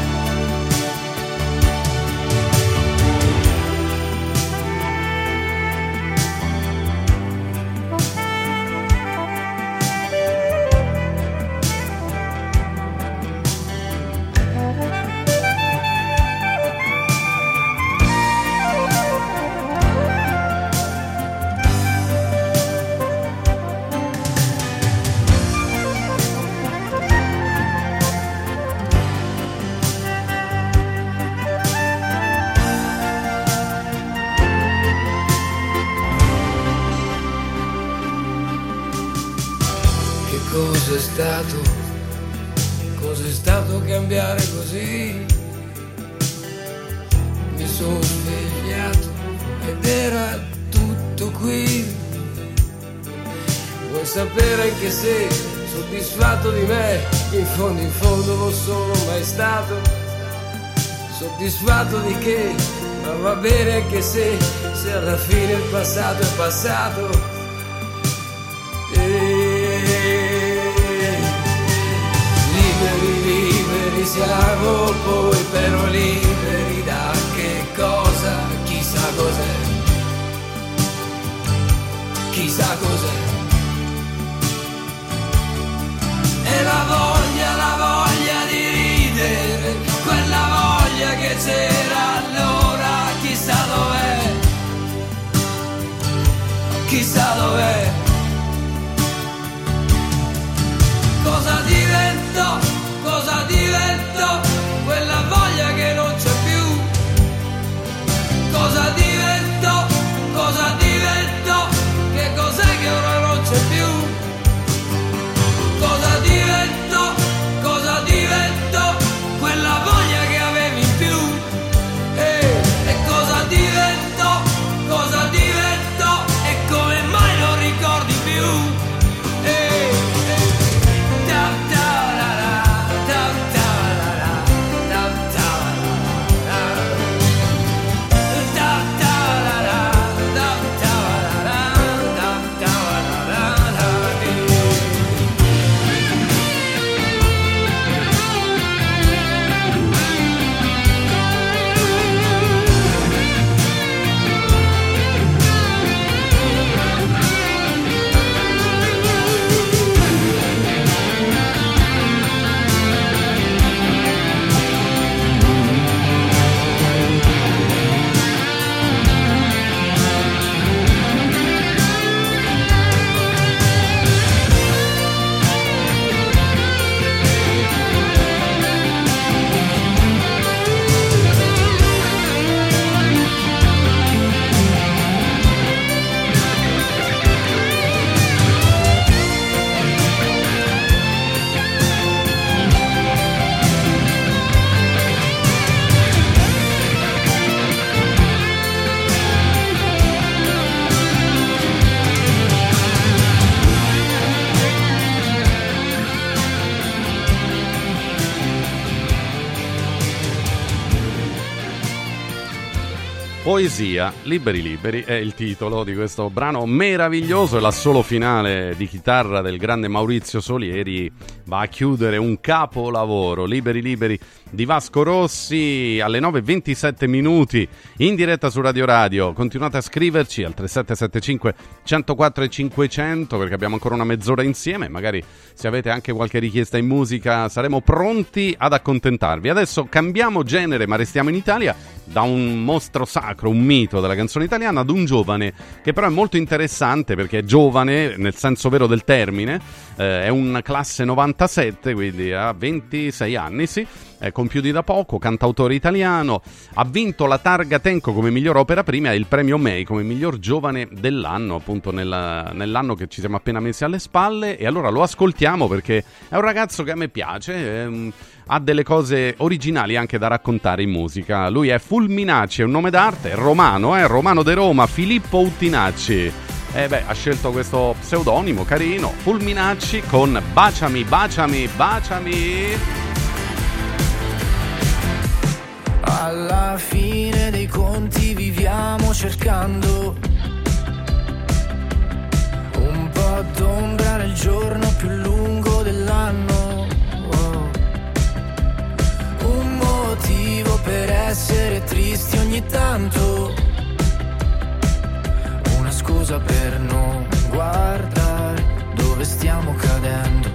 Cos'è stato cambiare così? Mi sono svegliato ed era tutto qui. Vuoi sapere anche se soddisfatto di me, in fondo lo sono mai stato. Soddisfatto di che, ma va bene anche se alla fine il passato è passato. Liberi siamo poi, però liberi da che cosa? Chissà cos'è, chissà cos'è. E la voglia di ridere, quella voglia che c'era allora, chissà dov'è, chissà dov'è. Cosa divento, quella voglia che non c'è più. Cosa divento, che cos'è che ora non c'è più. Cosa divento, quella Poesia, liberi liberi è il titolo di questo brano meraviglioso, e l'assolo finale di chitarra del grande Maurizio Solieri va a chiudere un capolavoro. Liberi liberi di Vasco Rossi alle 9:27 minuti in diretta su Radio Radio. Continuate a scriverci al 3775 104 e 500 perché abbiamo ancora una mezz'ora insieme, magari se avete anche qualche richiesta in musica saremo pronti ad accontentarvi. Adesso cambiamo genere ma restiamo in Italia, da un mostro sacro, un mito della canzone italiana, ad un giovane che però è molto interessante perché è giovane nel senso vero del termine, è un classe 97, quindi ha 26 anni, sì, è compiuti da poco, cantautore italiano, ha vinto la Targa Tenco come miglior opera prima e il premio May come miglior giovane dell'anno, appunto nell'anno che ci siamo appena messi alle spalle, e allora lo ascoltiamo perché è un ragazzo che a me piace, ha delle cose originali anche da raccontare in musica. Lui è Fulminacci, è un nome d'arte, è romano de Roma, Filippo Uttinacci. Ha scelto questo pseudonimo carino, Fulminacci, con Baciami, baciami, baciami. Alla fine dei conti viviamo cercando un po' d'ombra nel giorno più lungo dell'anno, un motivo per essere tristi ogni tanto, una scusa per non guardare dove stiamo cadendo.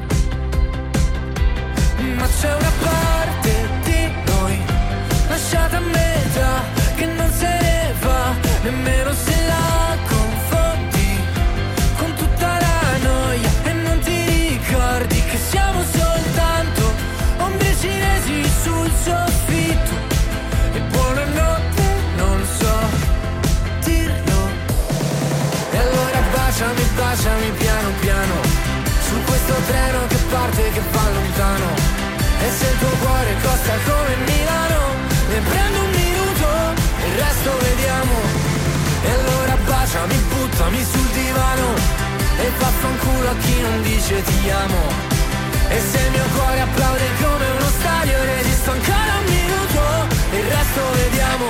Ma c'è una parte di noi lasciata a metà che non se ne va, nemmeno se la confondi con tutta la noia, e non ti ricordi che siamo soltanto ombre cinesi sul soffitto. E buonanotte non so dirlo. E allora baciami, baciami piano piano, su questo treno che parte e che va lontano. E se il tuo cuore costa come Milano, ne prendo un minuto e il resto vediamo. E allora baciami, buttami sul divano e vaffanculo a chi non dice ti amo. E se il mio cuore applaude come uno stadio, resisto ancora un minuto e il resto vediamo.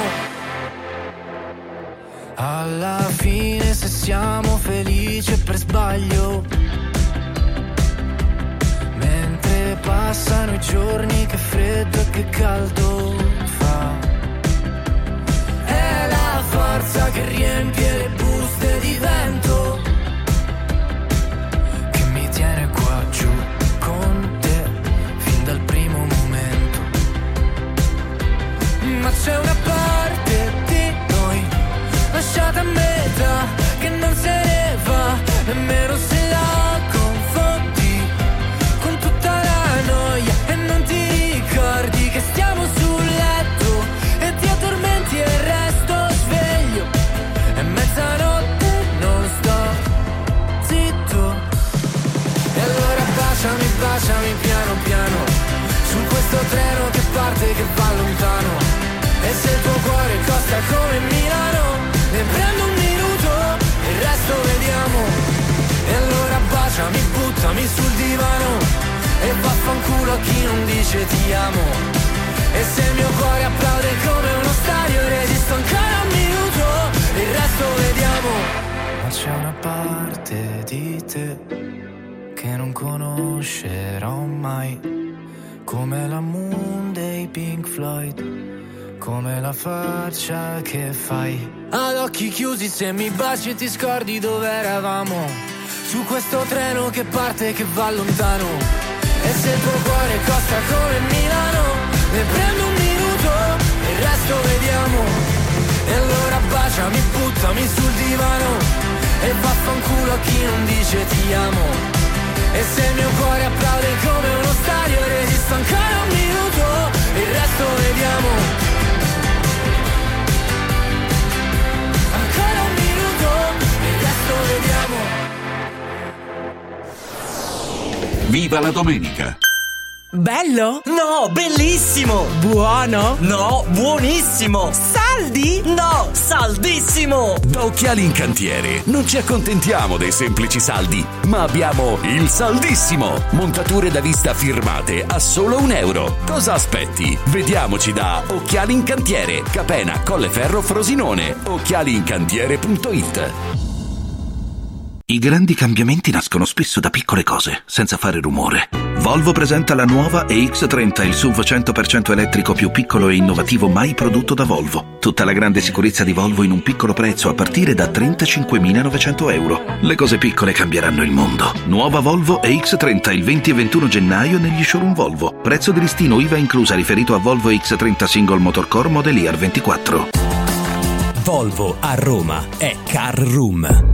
Alla fine se siamo felici per sbaglio, mentre passano i giorni, che freddo e che caldo fa, è la forza che riempie le buste di vento che mi tiene qua giù con te fin dal primo momento. Ma c'è una parte di noi lasciata a metà che non se ne va, nemmeno se la confondi con tutta la noia, e non ti ricordi che stiamo sul letto e ti addormenti e il resto sveglio. È mezzanotte, non sto zitto. E allora baciami, baciami piano piano, su questo treno che parte e che va lontano. E se il tuo cuore costa come Milano, ne prendo un minuto e il resto vediamo. E allora baciami, buttami sul divano e vaffanculo a chi non dice ti amo. E se il mio cuore applaude come uno stadio, resisto ancora un minuto e il resto vediamo. Ma c'è una parte di te che non conoscerò mai, come la moon dei Pink Floyd, come la faccia che fai ad occhi chiusi se mi baci e ti scordi dove eravamo, su questo treno che parte e che va lontano. E se il tuo cuore costa come Milano, ne prendo un minuto e il resto vediamo. E allora baciami, buttami sul divano e vaffanculo a chi non dice ti amo. E se il mio cuore applaude come uno stadio, resisto ancora un minuto e il resto vediamo. Ancora un minuto e il resto vediamo. Viva la domenica! Bello? No, bellissimo! Buono? No, buonissimo! Saldi? No, saldissimo! Da Occhiali in Cantiere non ci accontentiamo dei semplici saldi, ma abbiamo il saldissimo! Montature da vista firmate a solo €1. Cosa aspetti? Vediamoci da Occhiali in Cantiere, Capena, Colleferro, Frosinone. occhialiincantiere.it. I grandi cambiamenti nascono spesso da piccole cose, senza fare rumore. Volvo presenta la nuova EX30, il SUV 100% elettrico più piccolo e innovativo mai prodotto da Volvo. Tutta la grande sicurezza di Volvo in un piccolo prezzo a partire da €35.900. Le cose piccole cambieranno il mondo. Nuova Volvo EX30 il 20 e 21 gennaio negli showroom Volvo. Prezzo di listino IVA inclusa riferito a Volvo EX30 Single Motor Core Model Year 24. Volvo a Roma è Car Room.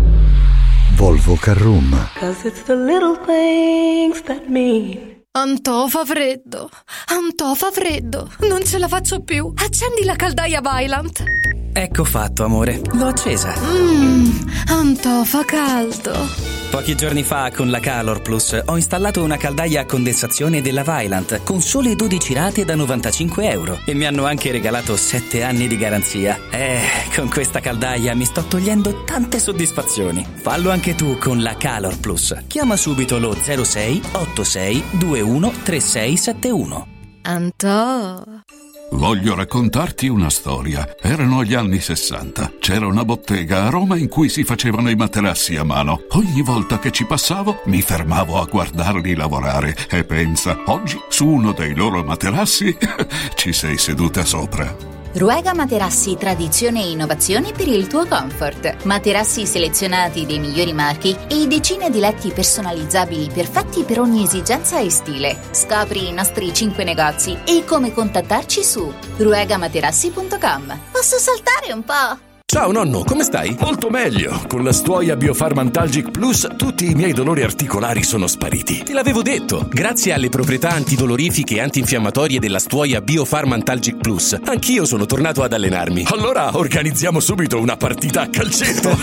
Volvo Car Room. 'Cause it's the little things that mean. Antò fa freddo, non ce la faccio più. Accendi la caldaia Vaillant. Ecco fatto, amore, l'ho accesa. Antò fa caldo. Pochi giorni fa con la Calor Plus ho installato una caldaia a condensazione della Vaillant con sole 12 rate da €95 e mi hanno anche regalato 7 anni di garanzia. Con questa caldaia mi sto togliendo tante soddisfazioni. Fallo anche tu con la Calor Plus. Chiama subito lo 06 86 21 3671. Antò. Voglio raccontarti una storia. Erano gli anni 60. C'era una bottega a Roma in cui si facevano i materassi a mano. Ogni volta che ci passavo mi fermavo a guardarli lavorare e pensa, oggi su uno dei loro materassi ci sei seduta sopra. Ruega Materassi, tradizione e innovazione per il tuo comfort. Materassi selezionati dei migliori marchi e decine di letti personalizzabili perfetti per ogni esigenza e stile. Scopri i nostri 5 negozi e come contattarci su ruegamaterassi.com. Posso saltare un po'? Ciao nonno, come stai? Molto meglio. Con la Stuoia Biofarm-Antalgic Plus tutti i miei dolori articolari sono spariti. Te l'avevo detto. Grazie alle proprietà antidolorifiche e antinfiammatorie della Stuoia Biofarm-Antalgic Plus, anch'io sono tornato ad allenarmi. Allora organizziamo subito una partita a calcetto.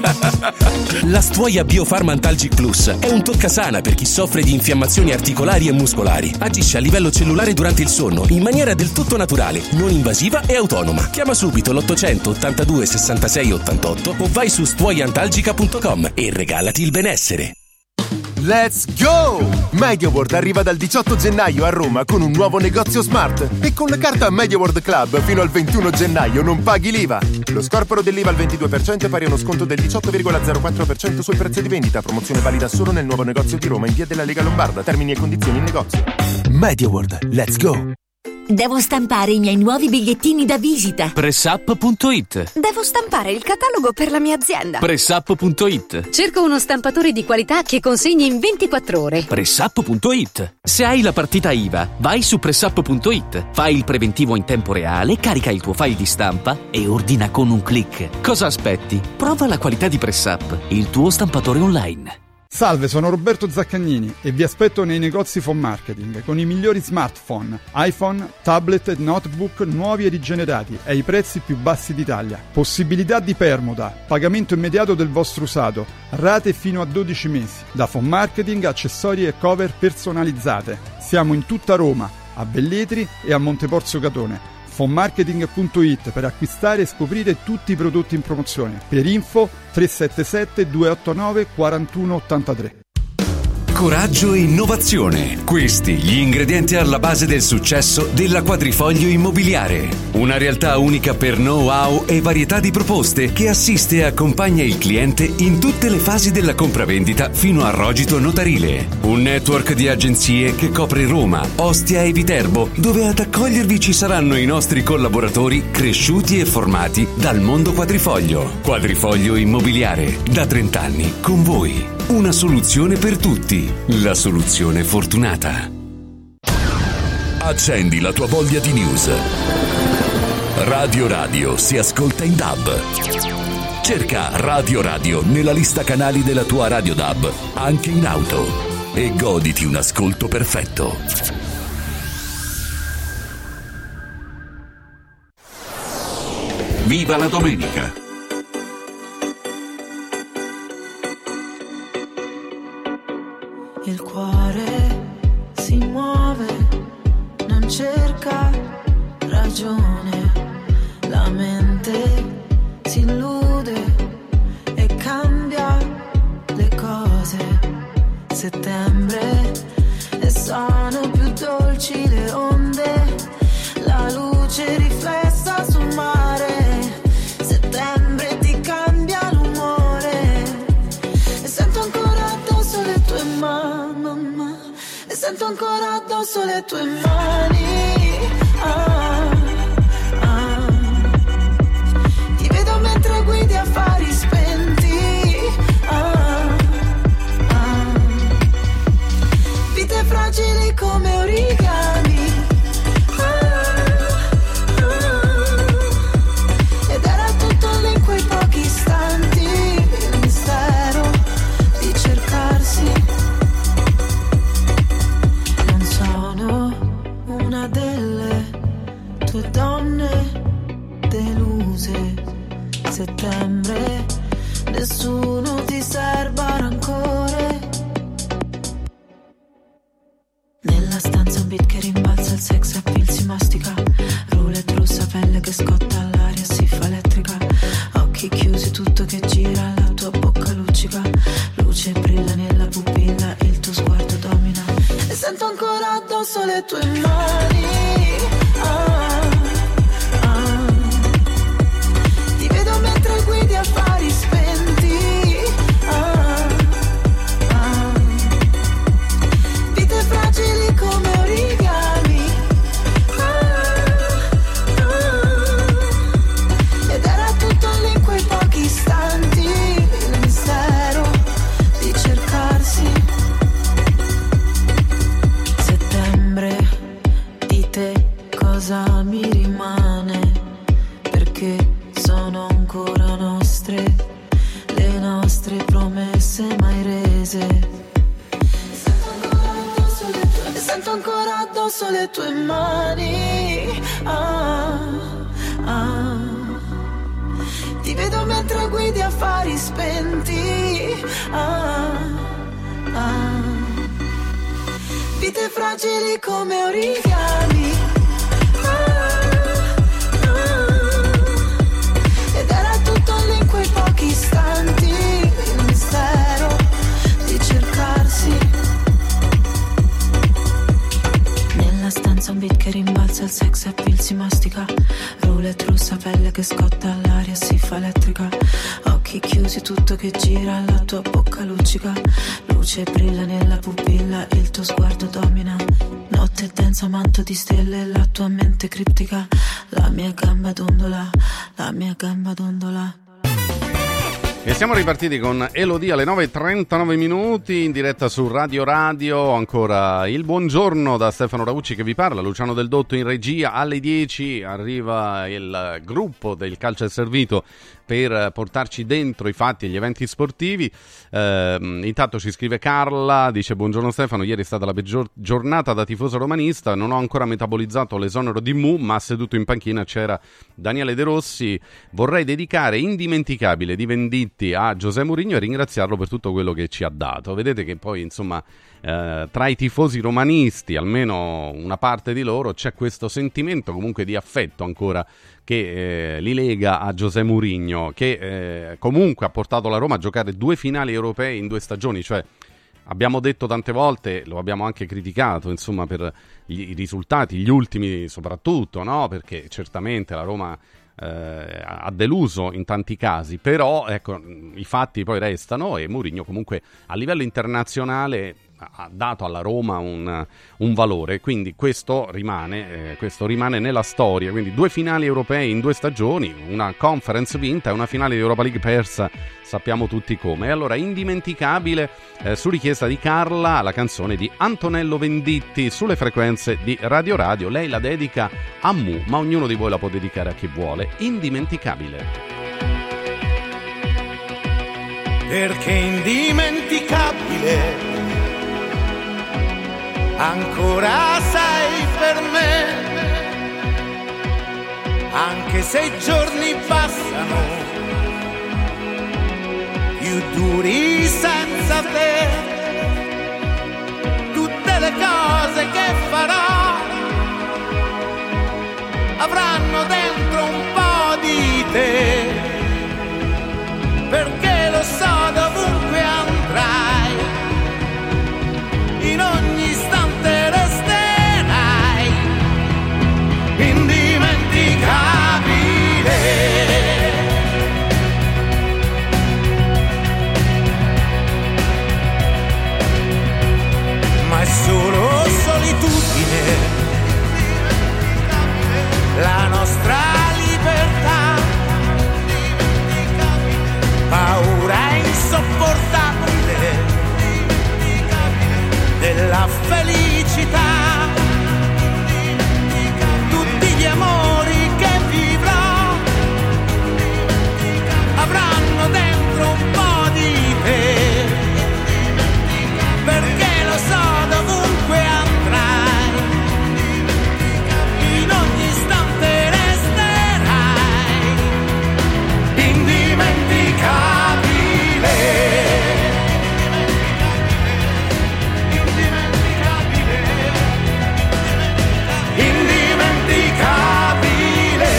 La Stuoia Biofarm-Antalgic Plus è un toccasana per chi soffre di infiammazioni articolari e muscolari. Agisce a livello cellulare durante il sonno in maniera del tutto naturale, non invasiva e autonoma. Chiama subito l'800 82 66 88 o vai su stuoiantalgica.com e regalati il benessere. Let's go! MediaWorld arriva dal 18 gennaio a Roma con un nuovo negozio smart e con la carta MediaWorld Club fino al 21 gennaio non paghi l'IVA. Lo scorporo dell'IVA al 22% è pari a uno sconto del 18,04% sul prezzo di vendita. Promozione valida solo nel nuovo negozio di Roma in via della Lega Lombarda. Termini e condizioni in negozio. MediaWorld, let's go! Devo stampare i miei nuovi bigliettini da visita. Pressup.it. Devo stampare il catalogo per la mia azienda. Pressup.it. Cerco uno stampatore di qualità che consegni in 24 ore. Pressup.it. Se hai la partita IVA, vai su Pressup.it. Fai il preventivo in tempo reale, carica il tuo file di stampa e ordina con un click. Cosa aspetti? Prova la qualità di Pressup, il tuo stampatore online. Salve, sono Roberto Zaccagnini e vi aspetto nei negozi Phone Marketing con i migliori smartphone, iPhone, tablet e notebook nuovi e rigenerati ai prezzi più bassi d'Italia. Possibilità di permuta, pagamento immediato del vostro usato, rate fino a 12 mesi. Da Phone Marketing, accessori e cover personalizzate. Siamo in tutta Roma, a Velletri e a Monteporzio Catone. Fonmarketing.it per acquistare e scoprire tutti i prodotti in promozione. Per info 377 289 4183. Coraggio e innovazione. Questi gli ingredienti alla base del successo della Quadrifoglio Immobiliare. Una realtà unica per know-how e varietà di proposte che assiste e accompagna il cliente in tutte le fasi della compravendita fino al rogito notarile. Un network di agenzie che copre Roma, Ostia e Viterbo, dove ad accogliervi ci saranno i nostri collaboratori cresciuti e formati dal mondo Quadrifoglio. Quadrifoglio Immobiliare, da 30 anni con voi. Una soluzione per tutti. La soluzione fortunata. Accendi la tua voglia di news. Radio Radio si ascolta in DAB. Cerca Radio Radio nella lista canali della tua Radio DAB, anche in auto, e goditi un ascolto perfetto. Viva la domenica! Il cuore si si muove, non cerca ragione, la mente si illude e cambia le cose. Settembre e sono più dolci le onde, la luce riflessa sul mare. Settembre ti cambia l'umore e sento ancora addosso le tue mani, e sento ancora addosso le tue mani. Ti vedo mentre guidi affari spenti. Vite fragili come origami. Ed era tutto lì in quei pochi istanti, il mistero di cercarsi. Non sono una delle tue donne deluse. Settembre, nessuno ti serba rancore. Nella stanza un beat che rimbalza, il sex appeal si mastica, roulette rossa, pelle che scotta, all'aria si fa elettrica. Occhi chiusi, tutto che gira, la tua bocca luccica, luce brilla nella pupilla, il tuo sguardo domina. E sento ancora addosso le tue mani. Ti vedo mentre guidi affari spenti. Vite fragili come origami. Ed era tutto lì in quei pochi istanti, il mistero di cercarsi. Settembre, di te cosa mi rimane? Perché sono ancora nostre le nostre promesse mai rese. Sento ancora addosso le tue mani. Ti vedo mentre guidi affari spenti. Vite fragili come origami. Ed era tutto lì in quei pochi istanti, il mistero di cercarsi. Nella stanza un beat che rimbalza, il sex appeal si mastica, roulette russa, pelle che scotta, l'aria si fa elettrica. Occhi chiusi, tutto che gira, la tua bocca luccica, luce brilla nella pupilla, il tuo sguardo domina. Notte densa, manto di stelle, la tua mente criptica, la mia gamba dondola, la mia gamba dondola. E siamo ripartiti con Elodie alle 9:39 minuti in diretta su Radio Radio. Ancora il buongiorno da Stefano Raucci che vi parla, Luciano Del Dotto in regia. Alle 10 arriva il gruppo del Calcio al Servito per portarci dentro i fatti e gli eventi sportivi. Intanto ci scrive Carla, dice: buongiorno Stefano, ieri è stata la peggior giornata da tifoso romanista, non ho ancora metabolizzato l'esonero di Mu, ma seduto in panchina c'era Daniele De Rossi. Vorrei dedicare indimenticabile di Venditti a José Mourinho e ringraziarlo per tutto quello che ci ha dato. Vedete che poi insomma tra i tifosi romanisti, almeno una parte di loro, c'è questo sentimento comunque di affetto ancora che li lega a José Mourinho, che comunque ha portato la Roma a giocare 2 finali europee in 2 stagioni. Cioè, abbiamo detto tante volte, lo abbiamo anche criticato, insomma, per i risultati, gli ultimi soprattutto, no? Perché certamente la Roma ha deluso in tanti casi, però ecco, i fatti poi restano e Mourinho comunque a livello internazionale ha dato alla Roma un valore, quindi questo rimane nella storia. Quindi 2 finali europee in 2 stagioni, una conference vinta e una finale di Europa League persa, sappiamo tutti come. E allora indimenticabile, su richiesta di Carla, la canzone di Antonello Venditti sulle frequenze di Radio Radio. Lei la dedica a Mu, ma ognuno di voi la può dedicare a chi vuole. Indimenticabile. Perché indimenticabile ancora sei per me, anche se i giorni passano più duri senza te, tutte le cose farò avranno dentro un po' di te, perché lo so dovunque andrai, in ogni istante resterai indimenticabile. Ma è solo solitudine, la nostra libertà, paura insopportabile della felicità, tutti gli amori che vivrò avranno dentro un po' di te, perché lo so dovunque andrai, in ogni istante resterai indimenticabile. Indimenticabile.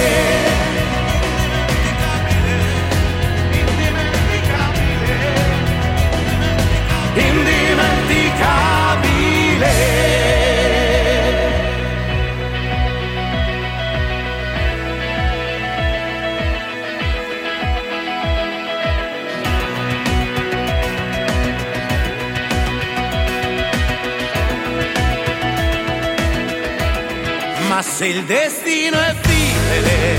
Ma se il destino è vivere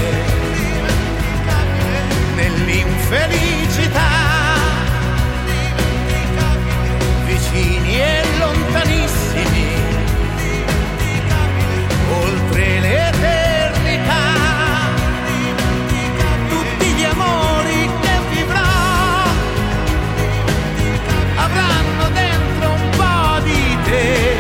nell'infelicità, vicini e lontanissimi, oltre l'eternità, tutti gli amori che vivrò avranno dentro un po' di te,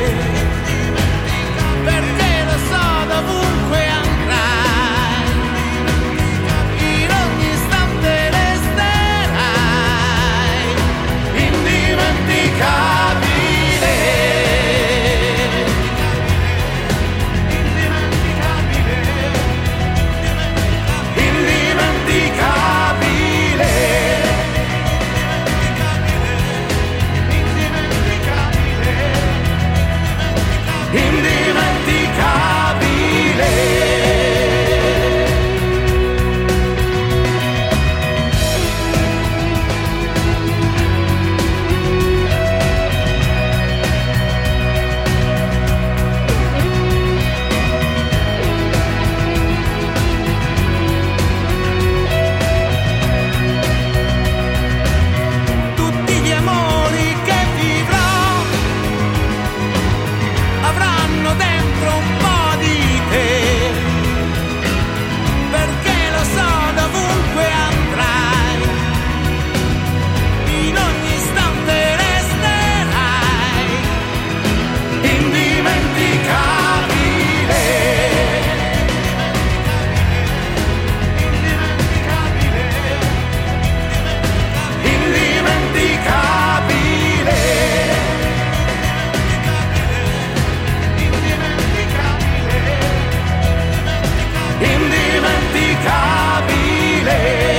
perché lo so dovunque andrai, in ogni istante resterai indimenticabile. Indimenticabile. Indimenticabile. Tutti gli amori che vivrò avranno dentro un po' di te, perché lo so dovunque andrai, in ogni istante resterai indimenticabile. Indimenticabile. Indimenticabile.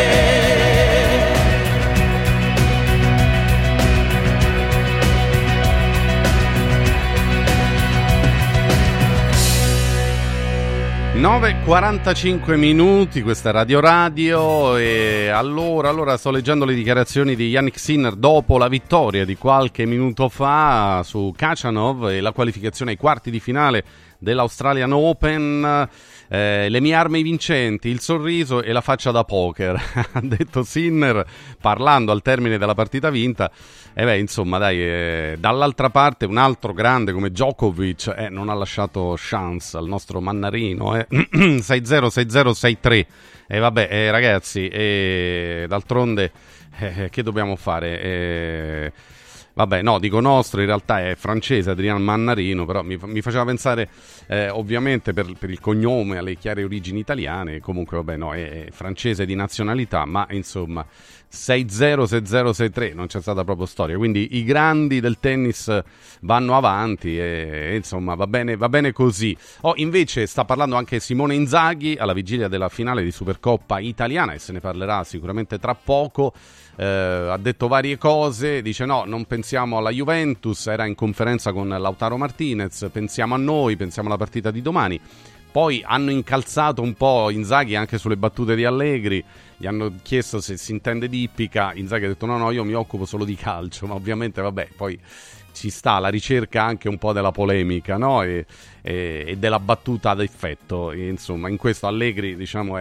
9:45 minuti, questa è Radio e allora sto leggendo le dichiarazioni di Jannik Sinner dopo la vittoria di qualche minuto fa su Khachanov e la qualificazione ai quarti di finale dell'Australian Open. Le mie armi vincenti, il sorriso e la faccia da poker, ha detto Sinner parlando al termine della partita vinta. E beh, insomma, dai, dall'altra parte un altro grande come Djokovic non ha lasciato chance al nostro Mannarino, 6-0, 6-0, 6-3. E vabbè, ragazzi, d'altronde che dobbiamo fare? Vabbè, no, dico nostro, in realtà è francese, Adrian Mannarino, però mi faceva pensare ovviamente per il cognome alle chiare origini italiane. Comunque vabbè, no, è francese di nazionalità, ma insomma 606063, non c'è stata proprio storia, quindi i grandi del tennis vanno avanti e insomma va bene così. Invece sta parlando anche Simone Inzaghi alla vigilia della finale di Supercoppa italiana, e se ne parlerà sicuramente tra poco. Ha detto varie cose, dice no, non pensiamo alla Juventus, era in conferenza con Lautaro Martinez, pensiamo a noi, pensiamo alla partita di domani. Poi hanno incalzato un po' Inzaghi anche sulle battute di Allegri, gli hanno chiesto se si intende di ippica, Inzaghi ha detto no, io mi occupo solo di calcio, ma ovviamente vabbè, poi ci sta la ricerca anche un po' della polemica, no? E della battuta ad effetto, insomma in questo Allegri diciamo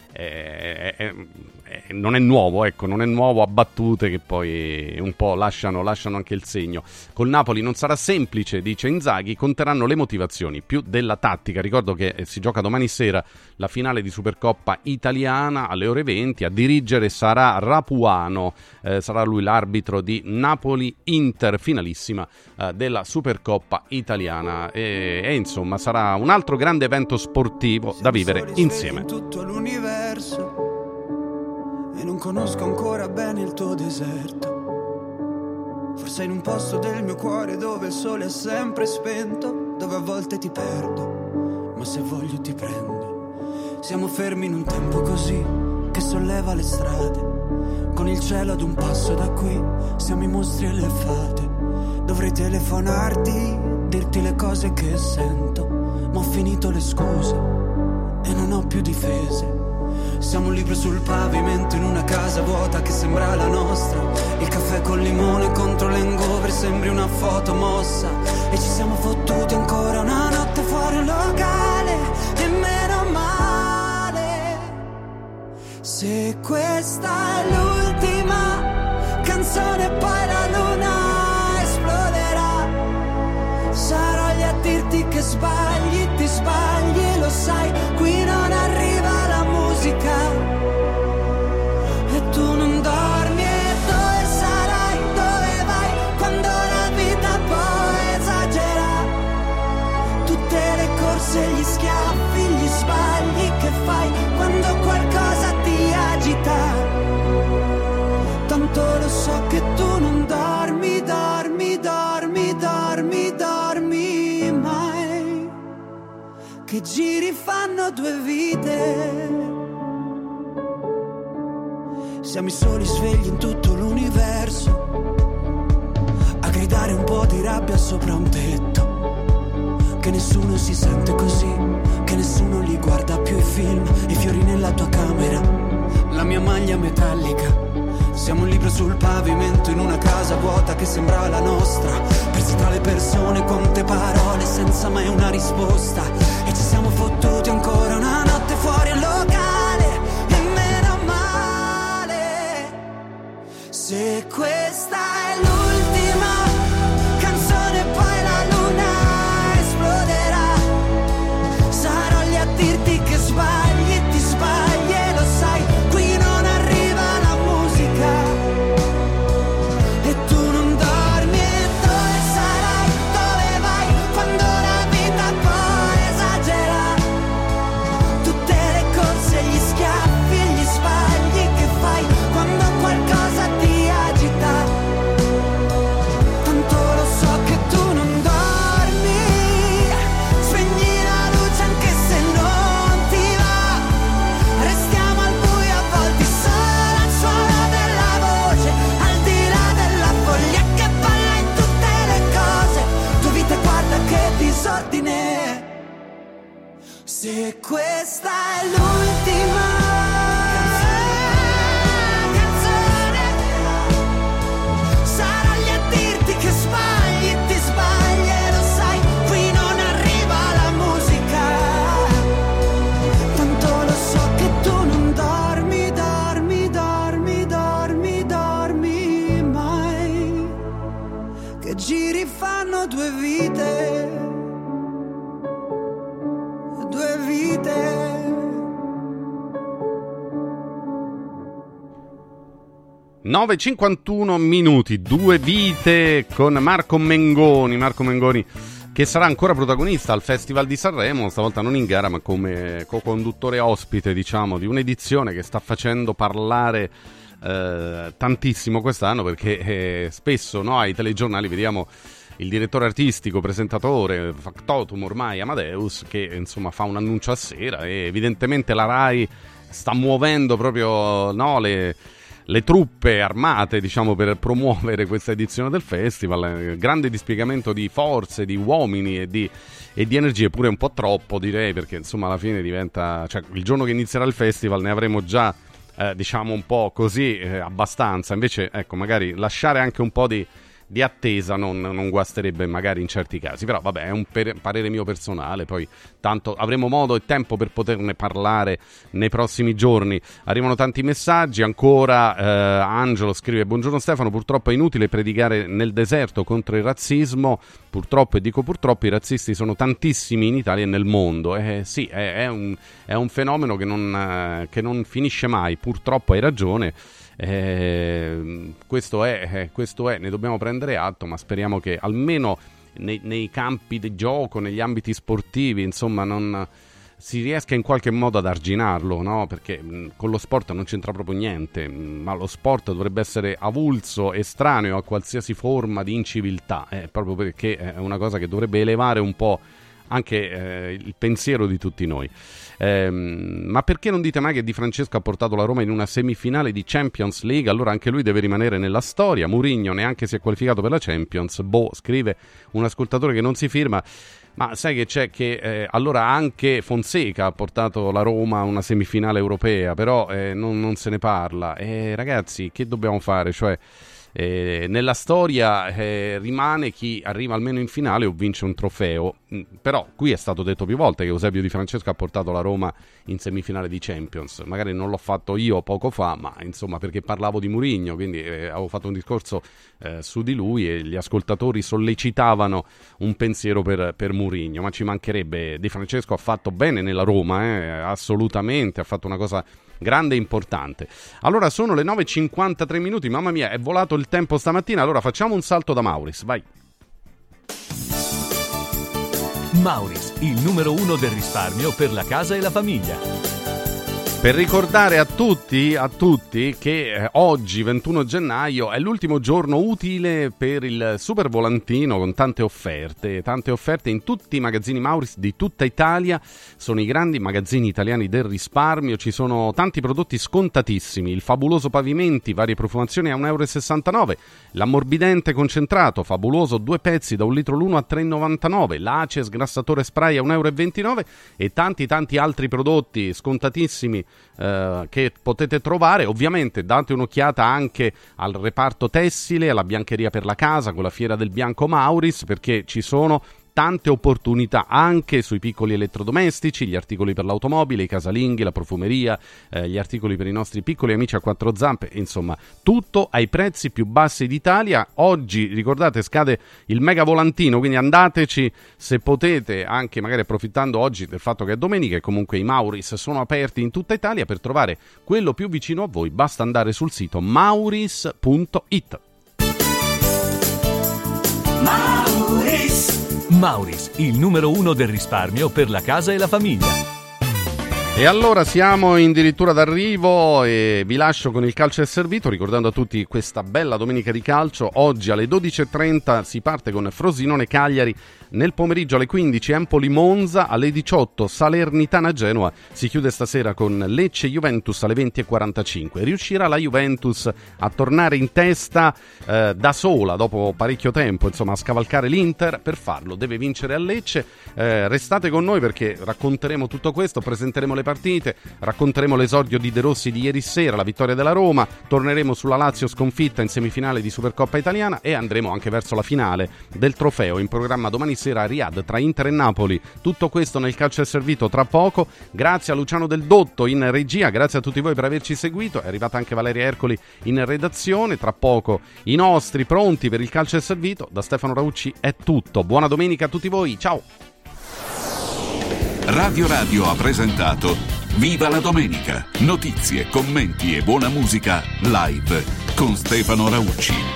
non è nuovo, ecco, non è nuovo a battute che poi un po' lasciano anche il segno. Col Napoli non sarà semplice, dice Inzaghi, conteranno le motivazioni più della tattica. Ricordo che si gioca domani sera la finale di Supercoppa italiana alle ore 20, a dirigere sarà Rapuano, sarà lui l'arbitro di Napoli-Inter, finalissima della Supercoppa italiana, e insomma sarà un altro grande evento sportivo da vivere insieme. Tutto l'universo e non conosco ancora bene il tuo deserto. Forse in un posto del mio cuore dove il sole è sempre spento, dove a volte ti perdo, ma se voglio ti prendo. Siamo fermi in un tempo così che solleva le strade, con il cielo ad un passo da qui, siamo i mostri e le fate. Dovrei telefonarti, dirti le cose che sento, ma ho finito le scuse e non ho più difese. Siamo un libro sul pavimento in una casa vuota che sembra la nostra. Il caffè col limone contro l'hangover sembri una foto mossa. E ci siamo fottuti ancora una notte fuori un locale, e meno male. Se questa è l'ultima canzone poi la luna esploderà, sarò lì a dirti che sbagli, ti sbagli, lo sai, qui non arriva la musica e tu non dormi. E dove sarai, dove vai, quando la vita poi esagera? Tutte le corse, gli schiaffi, gli sbagli che fai quando qualcosa ti agita. Tanto lo so che tu non dormi, dormi, dormi, dormi, dormi mai. Che giri fanno due vite. Siamo i soli svegli in tutto l'universo, a gridare un po' di rabbia sopra un tetto. Che nessuno si sente così, che nessuno li guarda più i film, i fiori nella tua camera, la mia maglia metallica. Siamo un libro sul pavimento in una casa vuota che sembra la nostra, persi tra le persone, quante parole senza mai una risposta. E ci siamo fottuti ancora una notte fuori al locale, e meno male. Se questa è l'ultima canzone poi la luna esploderà, sarò lì a dirti che sbagli, ti sbagli e lo sai, qui non arriva la musica e tu non dormi. E dove sarai, dove vai, quando la vita poi esagera? Tutte le corse, gli schiaffi e gli sbagli che fai quando qualcosa ti agita. Tanto lo so che tu non dormi, spegni la luce anche se non ti va. Restiamo al buio avvolti solo al suono della voce, al di là della foglia che balla in tutte le cose. Tua vita guarda che disordine. Se questa è l'ultima canzone, sarò lì a dirti che sbagli, ti sbagli e lo sai, qui non arriva la musica. Tanto lo so che tu non dormi, dormi, dormi, dormi, dormi mai. Che giri fanno due vite, due vite. 9:51 minuti, due vite con Marco Mengoni che sarà ancora protagonista al Festival di Sanremo, stavolta non in gara ma come co-conduttore ospite, diciamo, di un'edizione che sta facendo parlare tantissimo quest'anno, perché spesso, no, ai telegiornali vediamo il direttore artistico, presentatore, factotum ormai Amadeus, che insomma fa un annuncio a sera, e evidentemente la Rai sta muovendo proprio, no, le truppe armate, diciamo, per promuovere questa edizione del festival. Grande dispiegamento di forze, di uomini e di energie, pure un po' troppo, direi, perché insomma alla fine diventa, cioè il giorno che inizierà il festival ne avremo già diciamo un po' così abbastanza. Invece ecco, magari lasciare anche un po' di attesa non guasterebbe magari in certi casi, però vabbè, è un parere mio personale, poi tanto avremo modo e tempo per poterne parlare nei prossimi giorni. Arrivano tanti messaggi ancora. Angelo scrive: buongiorno Stefano, purtroppo è inutile predicare nel deserto contro il razzismo, purtroppo, e dico purtroppo, i razzisti sono tantissimi in Italia e nel mondo. Sì, è un fenomeno che non finisce mai, purtroppo hai ragione. Questo è, ne dobbiamo prendere atto, ma speriamo che almeno nei campi di gioco, negli ambiti sportivi, insomma, non si riesca in qualche modo ad arginarlo, no? Perché con lo sport non c'entra proprio niente, ma lo sport dovrebbe essere avulso, estraneo a qualsiasi forma di inciviltà, proprio perché è una cosa che dovrebbe elevare un po' anche il pensiero di tutti noi. Ma perché non dite mai che Di Francesco ha portato la Roma in una semifinale di Champions League? Allora anche lui deve rimanere nella storia. Mourinho neanche si è qualificato per la Champions. Scrive un ascoltatore che non si firma. Ma sai che c'è, che allora anche Fonseca ha portato la Roma a una semifinale europea, però non se ne parla. Ragazzi, che dobbiamo fare? Cioè, nella storia rimane chi arriva almeno in finale o vince un trofeo. Però qui è stato detto più volte che Eusebio Di Francesco ha portato la Roma in semifinale di Champions. Magari non l'ho fatto io poco fa, ma insomma, perché parlavo di Mourinho, quindi avevo fatto un discorso su di lui e gli ascoltatori sollecitavano un pensiero per Mourinho. Ma ci mancherebbe, Di Francesco ha fatto bene nella Roma, assolutamente, ha fatto una cosa grande e importante. Allora sono le 9:53 minuti, mamma mia, è volato il tempo stamattina. Allora facciamo un salto da Mauris, vai. Mauris, il numero 1 del risparmio per la casa e la famiglia. Per ricordare a tutti che oggi, 21 gennaio, è l'ultimo giorno utile per il super volantino con tante offerte in tutti i magazzini Mauris di tutta Italia. Sono i grandi magazzini italiani del risparmio, ci sono tanti prodotti scontatissimi: il fabuloso pavimenti, varie profumazioni a 1,69 €, l'ammorbidente concentrato fabuloso 2 pezzi da 1 litro l'uno a 3,99 €, l'Ace sgrassatore spray a 1,29 € e tanti altri prodotti scontatissimi che potete trovare. Ovviamente date un'occhiata anche al reparto tessile, alla biancheria per la casa con la Fiera del Bianco Mauris, perché ci sono tante opportunità anche sui piccoli elettrodomestici, gli articoli per l'automobile, i casalinghi, la profumeria, gli articoli per i nostri piccoli amici a quattro zampe, insomma tutto ai prezzi più bassi d'Italia. Oggi, ricordate, scade il mega volantino, quindi andateci se potete, anche magari approfittando oggi del fatto che è domenica, e comunque i Mauris sono aperti in tutta Italia. Per trovare quello più vicino a voi basta andare sul sito mauris.it. Mauris, il numero 1 del risparmio per la casa e la famiglia. E allora siamo addirittura d'arrivo e vi lascio con il calcio è servito, ricordando a tutti questa bella domenica di calcio. Oggi alle 12:30 si parte con Frosinone-Cagliari, nel pomeriggio alle 15 Empoli-Monza, alle 18 Salernitana-Genoa, si chiude stasera con Lecce-Juventus alle 20:45. Riuscirà la Juventus a tornare in testa da sola dopo parecchio tempo, insomma, a scavalcare l'Inter? Per farlo deve vincere a Lecce. Restate con noi perché racconteremo tutto questo, presenteremo le partite, racconteremo l'esordio di De Rossi di ieri sera, la vittoria della Roma, torneremo sulla Lazio sconfitta in semifinale di Supercoppa Italiana e andremo anche verso la finale del trofeo in programma domani sera a Riyadh tra Inter e Napoli. Tutto questo nel calcio è servito tra poco. Grazie a Luciano Del Dotto in regia, grazie a tutti voi per averci seguito. È arrivata anche Valeria Ercoli in redazione. Tra poco i nostri pronti per il calcio è servito. Da Stefano Raucci è tutto. Buona domenica a tutti voi, ciao. Radio ha presentato Viva la Domenica. Notizie, commenti e buona musica live con Stefano Raucci.